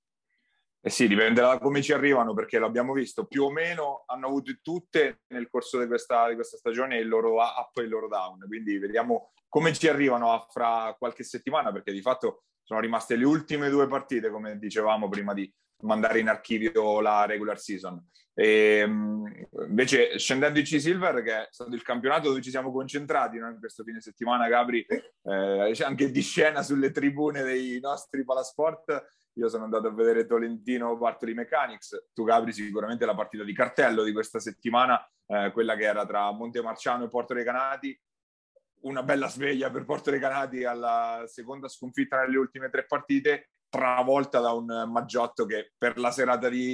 Eh sì, dipenderà da come ci arrivano, perché l'abbiamo visto, più o meno hanno avuto tutte nel corso di questa, di questa stagione il loro up e il loro down, quindi vediamo come ci arrivano a fra qualche settimana, perché di fatto sono rimaste le ultime due partite, come dicevamo prima di mandare in archivio la regular season. E, invece scendendo in C-Silver, che è stato il campionato dove ci siamo concentrati, no? In questo fine settimana, Gabri, eh, c'è anche di scena sulle tribune dei nostri Palasport. Io sono andato a vedere Tolentino Bartoli Mechanics, tu Gabri sicuramente la partita di cartello di questa settimana, eh, quella che era tra Montemarciano e Porto Recanati. Una bella sveglia per Porto Recanati alla seconda sconfitta nelle ultime tre partite, travolta da un Maggiotto che per la serata di,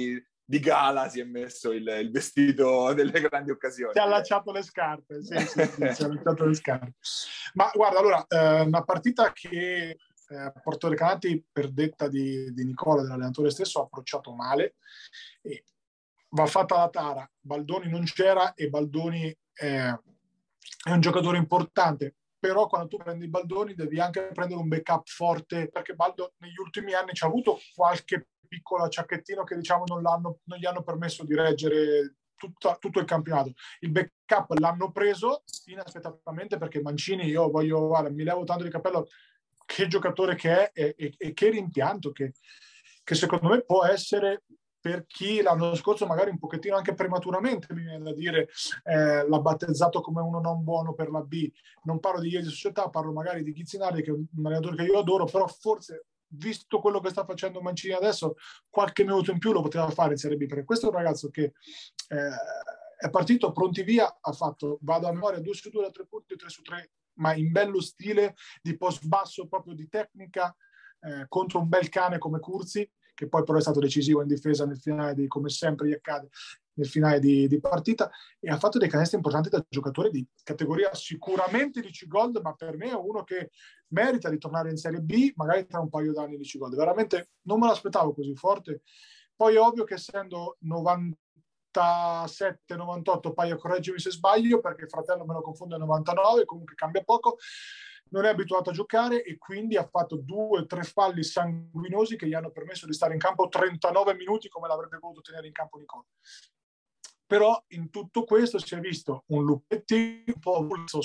di gala si è messo il, il vestito delle grandi occasioni. Si è allacciato le scarpe, sì, sì, sì, si è allacciato le scarpe. Ma guarda, allora, eh, una partita che eh, Porto Recanati, per detta di, di Nicola, dell'allenatore stesso, ha approcciato male. E va fatta la tara. Baldoni non c'era e Baldoni è, è un giocatore importante. Però quando tu prendi Baldoni devi anche prendere un backup forte, perché Baldo negli ultimi anni ci ha avuto qualche piccolo acciacchettino che diciamo non, l'hanno, non gli hanno permesso di reggere tutta, tutto il campionato. Il backup l'hanno preso inaspettatamente, perché Mancini, io voglio, guarda, mi levo tanto di cappello, che giocatore che è e, e, e che rimpianto che, che secondo me può essere, per chi l'anno scorso magari un pochettino anche prematuramente, mi viene da dire, eh, l'ha battezzato come uno non buono per la B. Non parlo di Iesi Società, parlo magari di Ghizzinardi, che è un allenatore che io adoro, però forse, visto quello che sta facendo Mancini adesso, qualche minuto in più lo poteva fare in Serie B, perché questo è un ragazzo che eh, è partito pronti via, ha fatto, vado a memoria, due su due da tre punti, tre su tre, ma in bello stile, di post basso, proprio di tecnica, eh, contro un bel cane come Curzi, che poi però è stato decisivo in difesa nel finale, di, come sempre gli accade, nel finale di, di partita, e ha fatto dei canestri importanti da giocatore di categoria sicuramente di C-Gold, ma per me è uno che merita di tornare in Serie B, magari tra un paio d'anni di C-Gold. Veramente non me l'aspettavo così forte. Poi è ovvio che essendo novantasette novantotto, Paio correggimi se sbaglio, perché fratello me lo confonde novantanove, comunque cambia poco, non è abituato a giocare e quindi ha fatto due o tre falli sanguinosi che gli hanno permesso di stare in campo trentanove minuti, come l'avrebbe voluto tenere in campo Nicola. Però in tutto questo si è visto un Lupetti un po' avulso,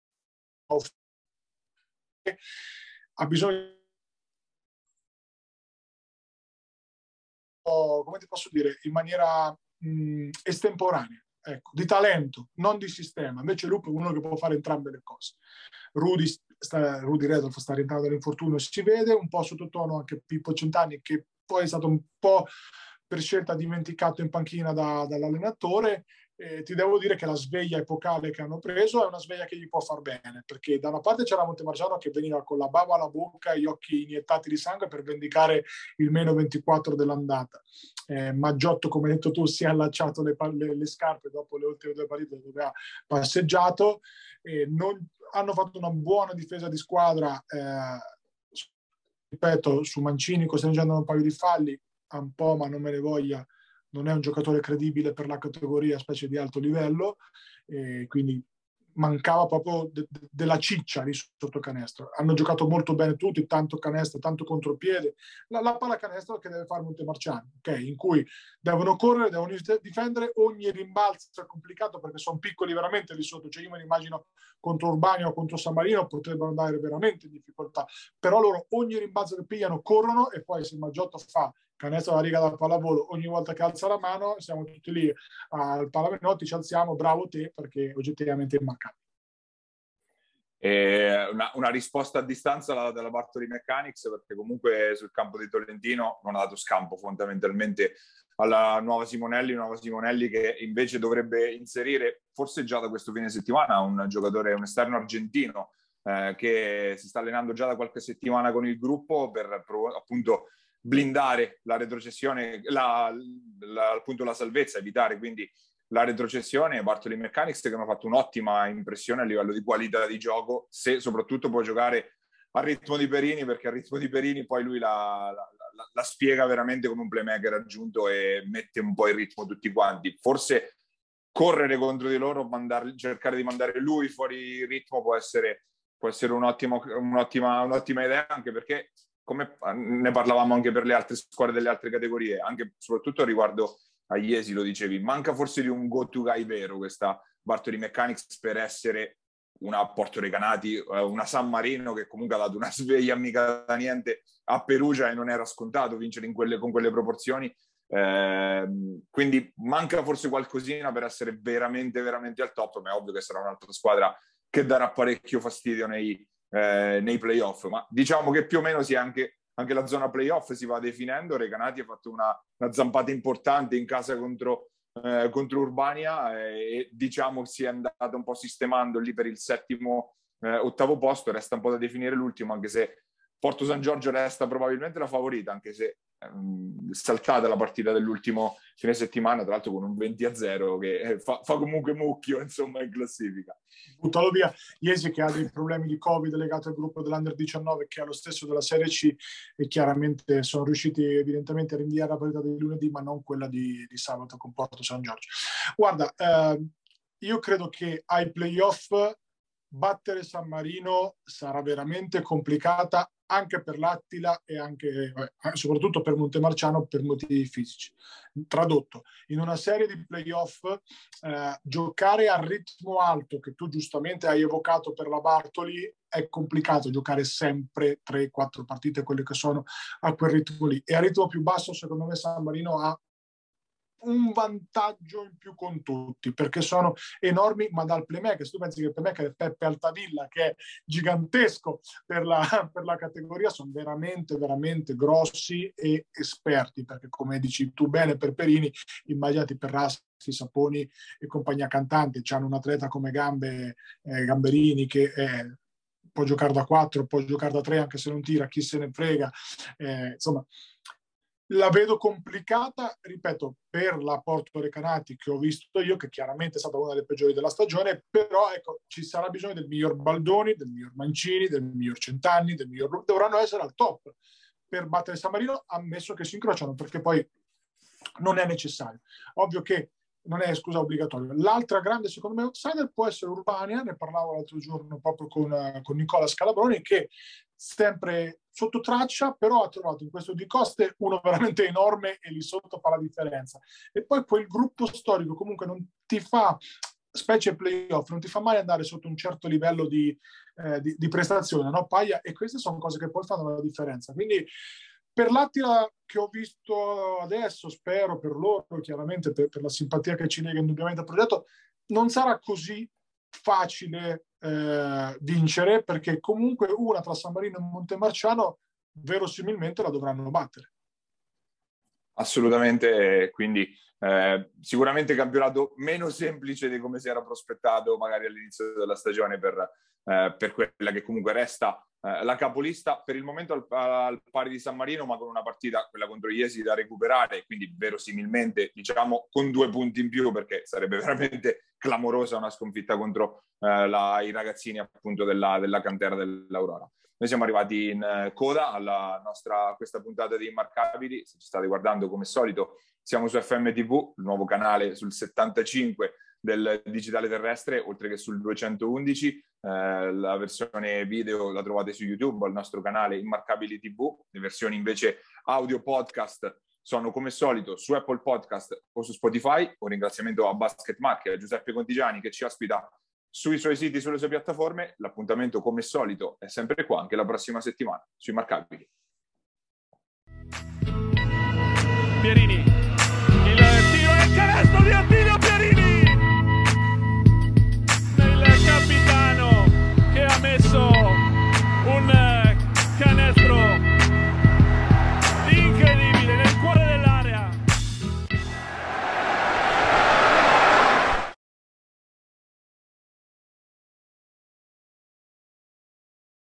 ha bisogno, come ti posso dire, in maniera mh, estemporanea, ecco, di talento, non di sistema. Invece Lupo è uno che può fare entrambe le cose. Rudy, sta, Rudy Redolf sta rientrando dall'infortunio, si vede, un po' sottotono anche Pippo Centanni, che poi è stato un po' per scelta dimenticato in panchina da, dall'allenatore. Eh, ti devo dire che la sveglia epocale che hanno preso è una sveglia che gli può far bene, perché da una parte c'era Montemarciano che veniva con la bava alla bocca e gli occhi iniettati di sangue per vendicare il meno ventiquattro dell'andata. Eh, Maggiotto, come hai detto tu, si è allacciato le, le, le scarpe dopo le ultime due partite dove ha passeggiato. Eh, non, hanno fatto una buona difesa di squadra, eh, ripeto, su Mancini costringendo un paio di falli, un po', ma non me ne voglia, non è un giocatore credibile per la categoria, specie di alto livello, e quindi mancava proprio de- de- della ciccia lì sotto canestro. Hanno giocato molto bene tutti, tanto canestro, tanto contropiede. La, la pallacanestro che deve fare Montemarciano, okay? In cui devono correre, devono difendere, ogni rimbalzo è complicato perché sono piccoli veramente lì sotto, cioè io me li immagino contro Urbania o contro San Marino potrebbero andare veramente in difficoltà, però loro ogni rimbalzo che pigliano corrono, e poi se Maggiotto fa canestro alla riga dal pallavolo, ogni volta che alza la mano siamo tutti lì al Palamenotti, ci alziamo, bravo te, perché oggettivamente è immancabile. E una, una risposta a distanza dalla, dalla Bartoli Mechanics, perché comunque sul campo di Tolentino non ha dato scampo fondamentalmente alla nuova Simonelli, nuova Simonelli che invece dovrebbe inserire, forse già da questo fine settimana, un giocatore, un esterno argentino eh, che si sta allenando già da qualche settimana con il gruppo per appunto blindare la retrocessione, la, la, appunto la salvezza, evitare quindi la retrocessione. Bartoli Mechanics che hanno fatto un'ottima impressione a livello di qualità di gioco, se soprattutto può giocare al ritmo di Perini, perché al ritmo di Perini poi lui la, la, la, la spiega veramente come un playmaker aggiunto e mette un po' il ritmo tutti quanti. Forse correre contro di loro, mandar, cercare di mandare lui fuori ritmo può essere, può essere un'ottima, un'ottima, un'ottima idea, anche perché come ne parlavamo anche per le altre squadre delle altre categorie, anche soprattutto riguardo a Iesi, lo dicevi, manca forse di un go-to guy vero questa Bartoli Mechanics per essere una Porto Recanati, una San Marino che comunque ha dato una sveglia mica da niente a Perugia e non era scontato vincere in quelle, con quelle proporzioni. Eh, quindi manca forse qualcosina per essere veramente veramente al top, ma è ovvio che sarà un'altra squadra che darà parecchio fastidio nei Eh, nei playoff, ma diciamo che più o meno si è anche, anche la zona playoff si va definendo. Recanati ha fatto una, una zampata importante in casa contro, eh, contro Urbania e, e diciamo si è andato un po' sistemando lì per il settimo eh, ottavo posto. Resta un po' da definire l'ultimo, anche se Porto San Giorgio resta probabilmente la favorita, anche se saltata la partita dell'ultimo fine settimana, tra l'altro con un venti a zero che fa, fa comunque mucchio, insomma, in classifica. Buttalo via Iesi, che ha dei problemi di Covid legati al gruppo dell'Under diciannove, che è lo stesso della Serie C, e chiaramente sono riusciti evidentemente a rinviare la partita di lunedì, ma non quella di, di sabato con Porto San Giorgio. Guarda, eh, io credo che ai playoff battere San Marino sarà veramente complicata, anche per l'Attila e anche eh, soprattutto per Montemarciano, per motivi fisici. Tradotto, in una serie di playoff eh, giocare a ritmo alto, che tu giustamente hai evocato per la Bartoli, è complicato giocare sempre tre quattro partite, quelle che sono, a quel ritmo lì. E a ritmo più basso, secondo me, San Marino ha un vantaggio in più con tutti, perché sono enormi, ma dal playmaker, se tu pensi che il playmaker è Peppe Altavilla, che è gigantesco per la, per la categoria, sono veramente veramente grossi e esperti, perché come dici tu bene per Perini, immaginati per Rassi, Saponi e compagnia cantante, c'hanno un atleta come Gambe, eh, Gamberini, che è, può giocare da quattro, può giocare da tre anche se non tira, chi se ne frega, eh, insomma la vedo complicata, ripeto, per la Porto Recanati che ho visto io, che chiaramente è stata una delle peggiori della stagione, però ecco, ci sarà bisogno del miglior Baldoni, del miglior Mancini, del miglior Centanni, del miglior... dovranno essere al top per battere San Marino, ammesso che si incrociano, perché poi non è necessario. Ovvio che non è, scusa, obbligatorio. L'altra grande, secondo me, outsider può essere Urbania, ne parlavo l'altro giorno proprio con, con Nicola Scalabroni, che sempre sotto traccia, però ha trovato in questo Di Coste uno veramente enorme e lì sotto fa la differenza. E poi quel gruppo storico comunque non ti fa, specie playoff, non ti fa mai andare sotto un certo livello di, eh, di, di prestazione, no? Paia, e queste sono cose che poi fanno la differenza. Quindi per l'Attila che ho visto adesso, spero per loro, chiaramente per, per la simpatia che ci lega indubbiamente al progetto, non sarà così facile eh, vincere, perché comunque una tra San Marino e Montemarciano verosimilmente la dovranno battere. Assolutamente, quindi eh, sicuramente campionato meno semplice di come si era prospettato magari all'inizio della stagione per, eh, per quella che comunque resta eh, la capolista, per il momento al, al pari di San Marino, ma con una partita, quella contro Iesi, da recuperare, quindi verosimilmente diciamo con due punti in più, perché sarebbe veramente clamorosa una sconfitta contro eh, la, i ragazzini appunto della, della cantera dell'Aurora. Noi siamo arrivati in coda alla nostra questa puntata di Immarcabili. Se ci state guardando, come solito, siamo su F M T V, il nuovo canale sul settantacinque del digitale terrestre, oltre che sul duecentoundici. Eh, la versione video la trovate su YouTube, al nostro canale Immarcabili T V. Le versioni invece audio podcast sono come solito su Apple Podcast o su Spotify. Un ringraziamento a Basket Market e a Giuseppe Contigiani che ci ospita sui suoi siti, sulle sue piattaforme. L'appuntamento come solito è sempre qua, anche la prossima settimana, sui Immarcabili. Pierini, il tiro e il canestro di Attila!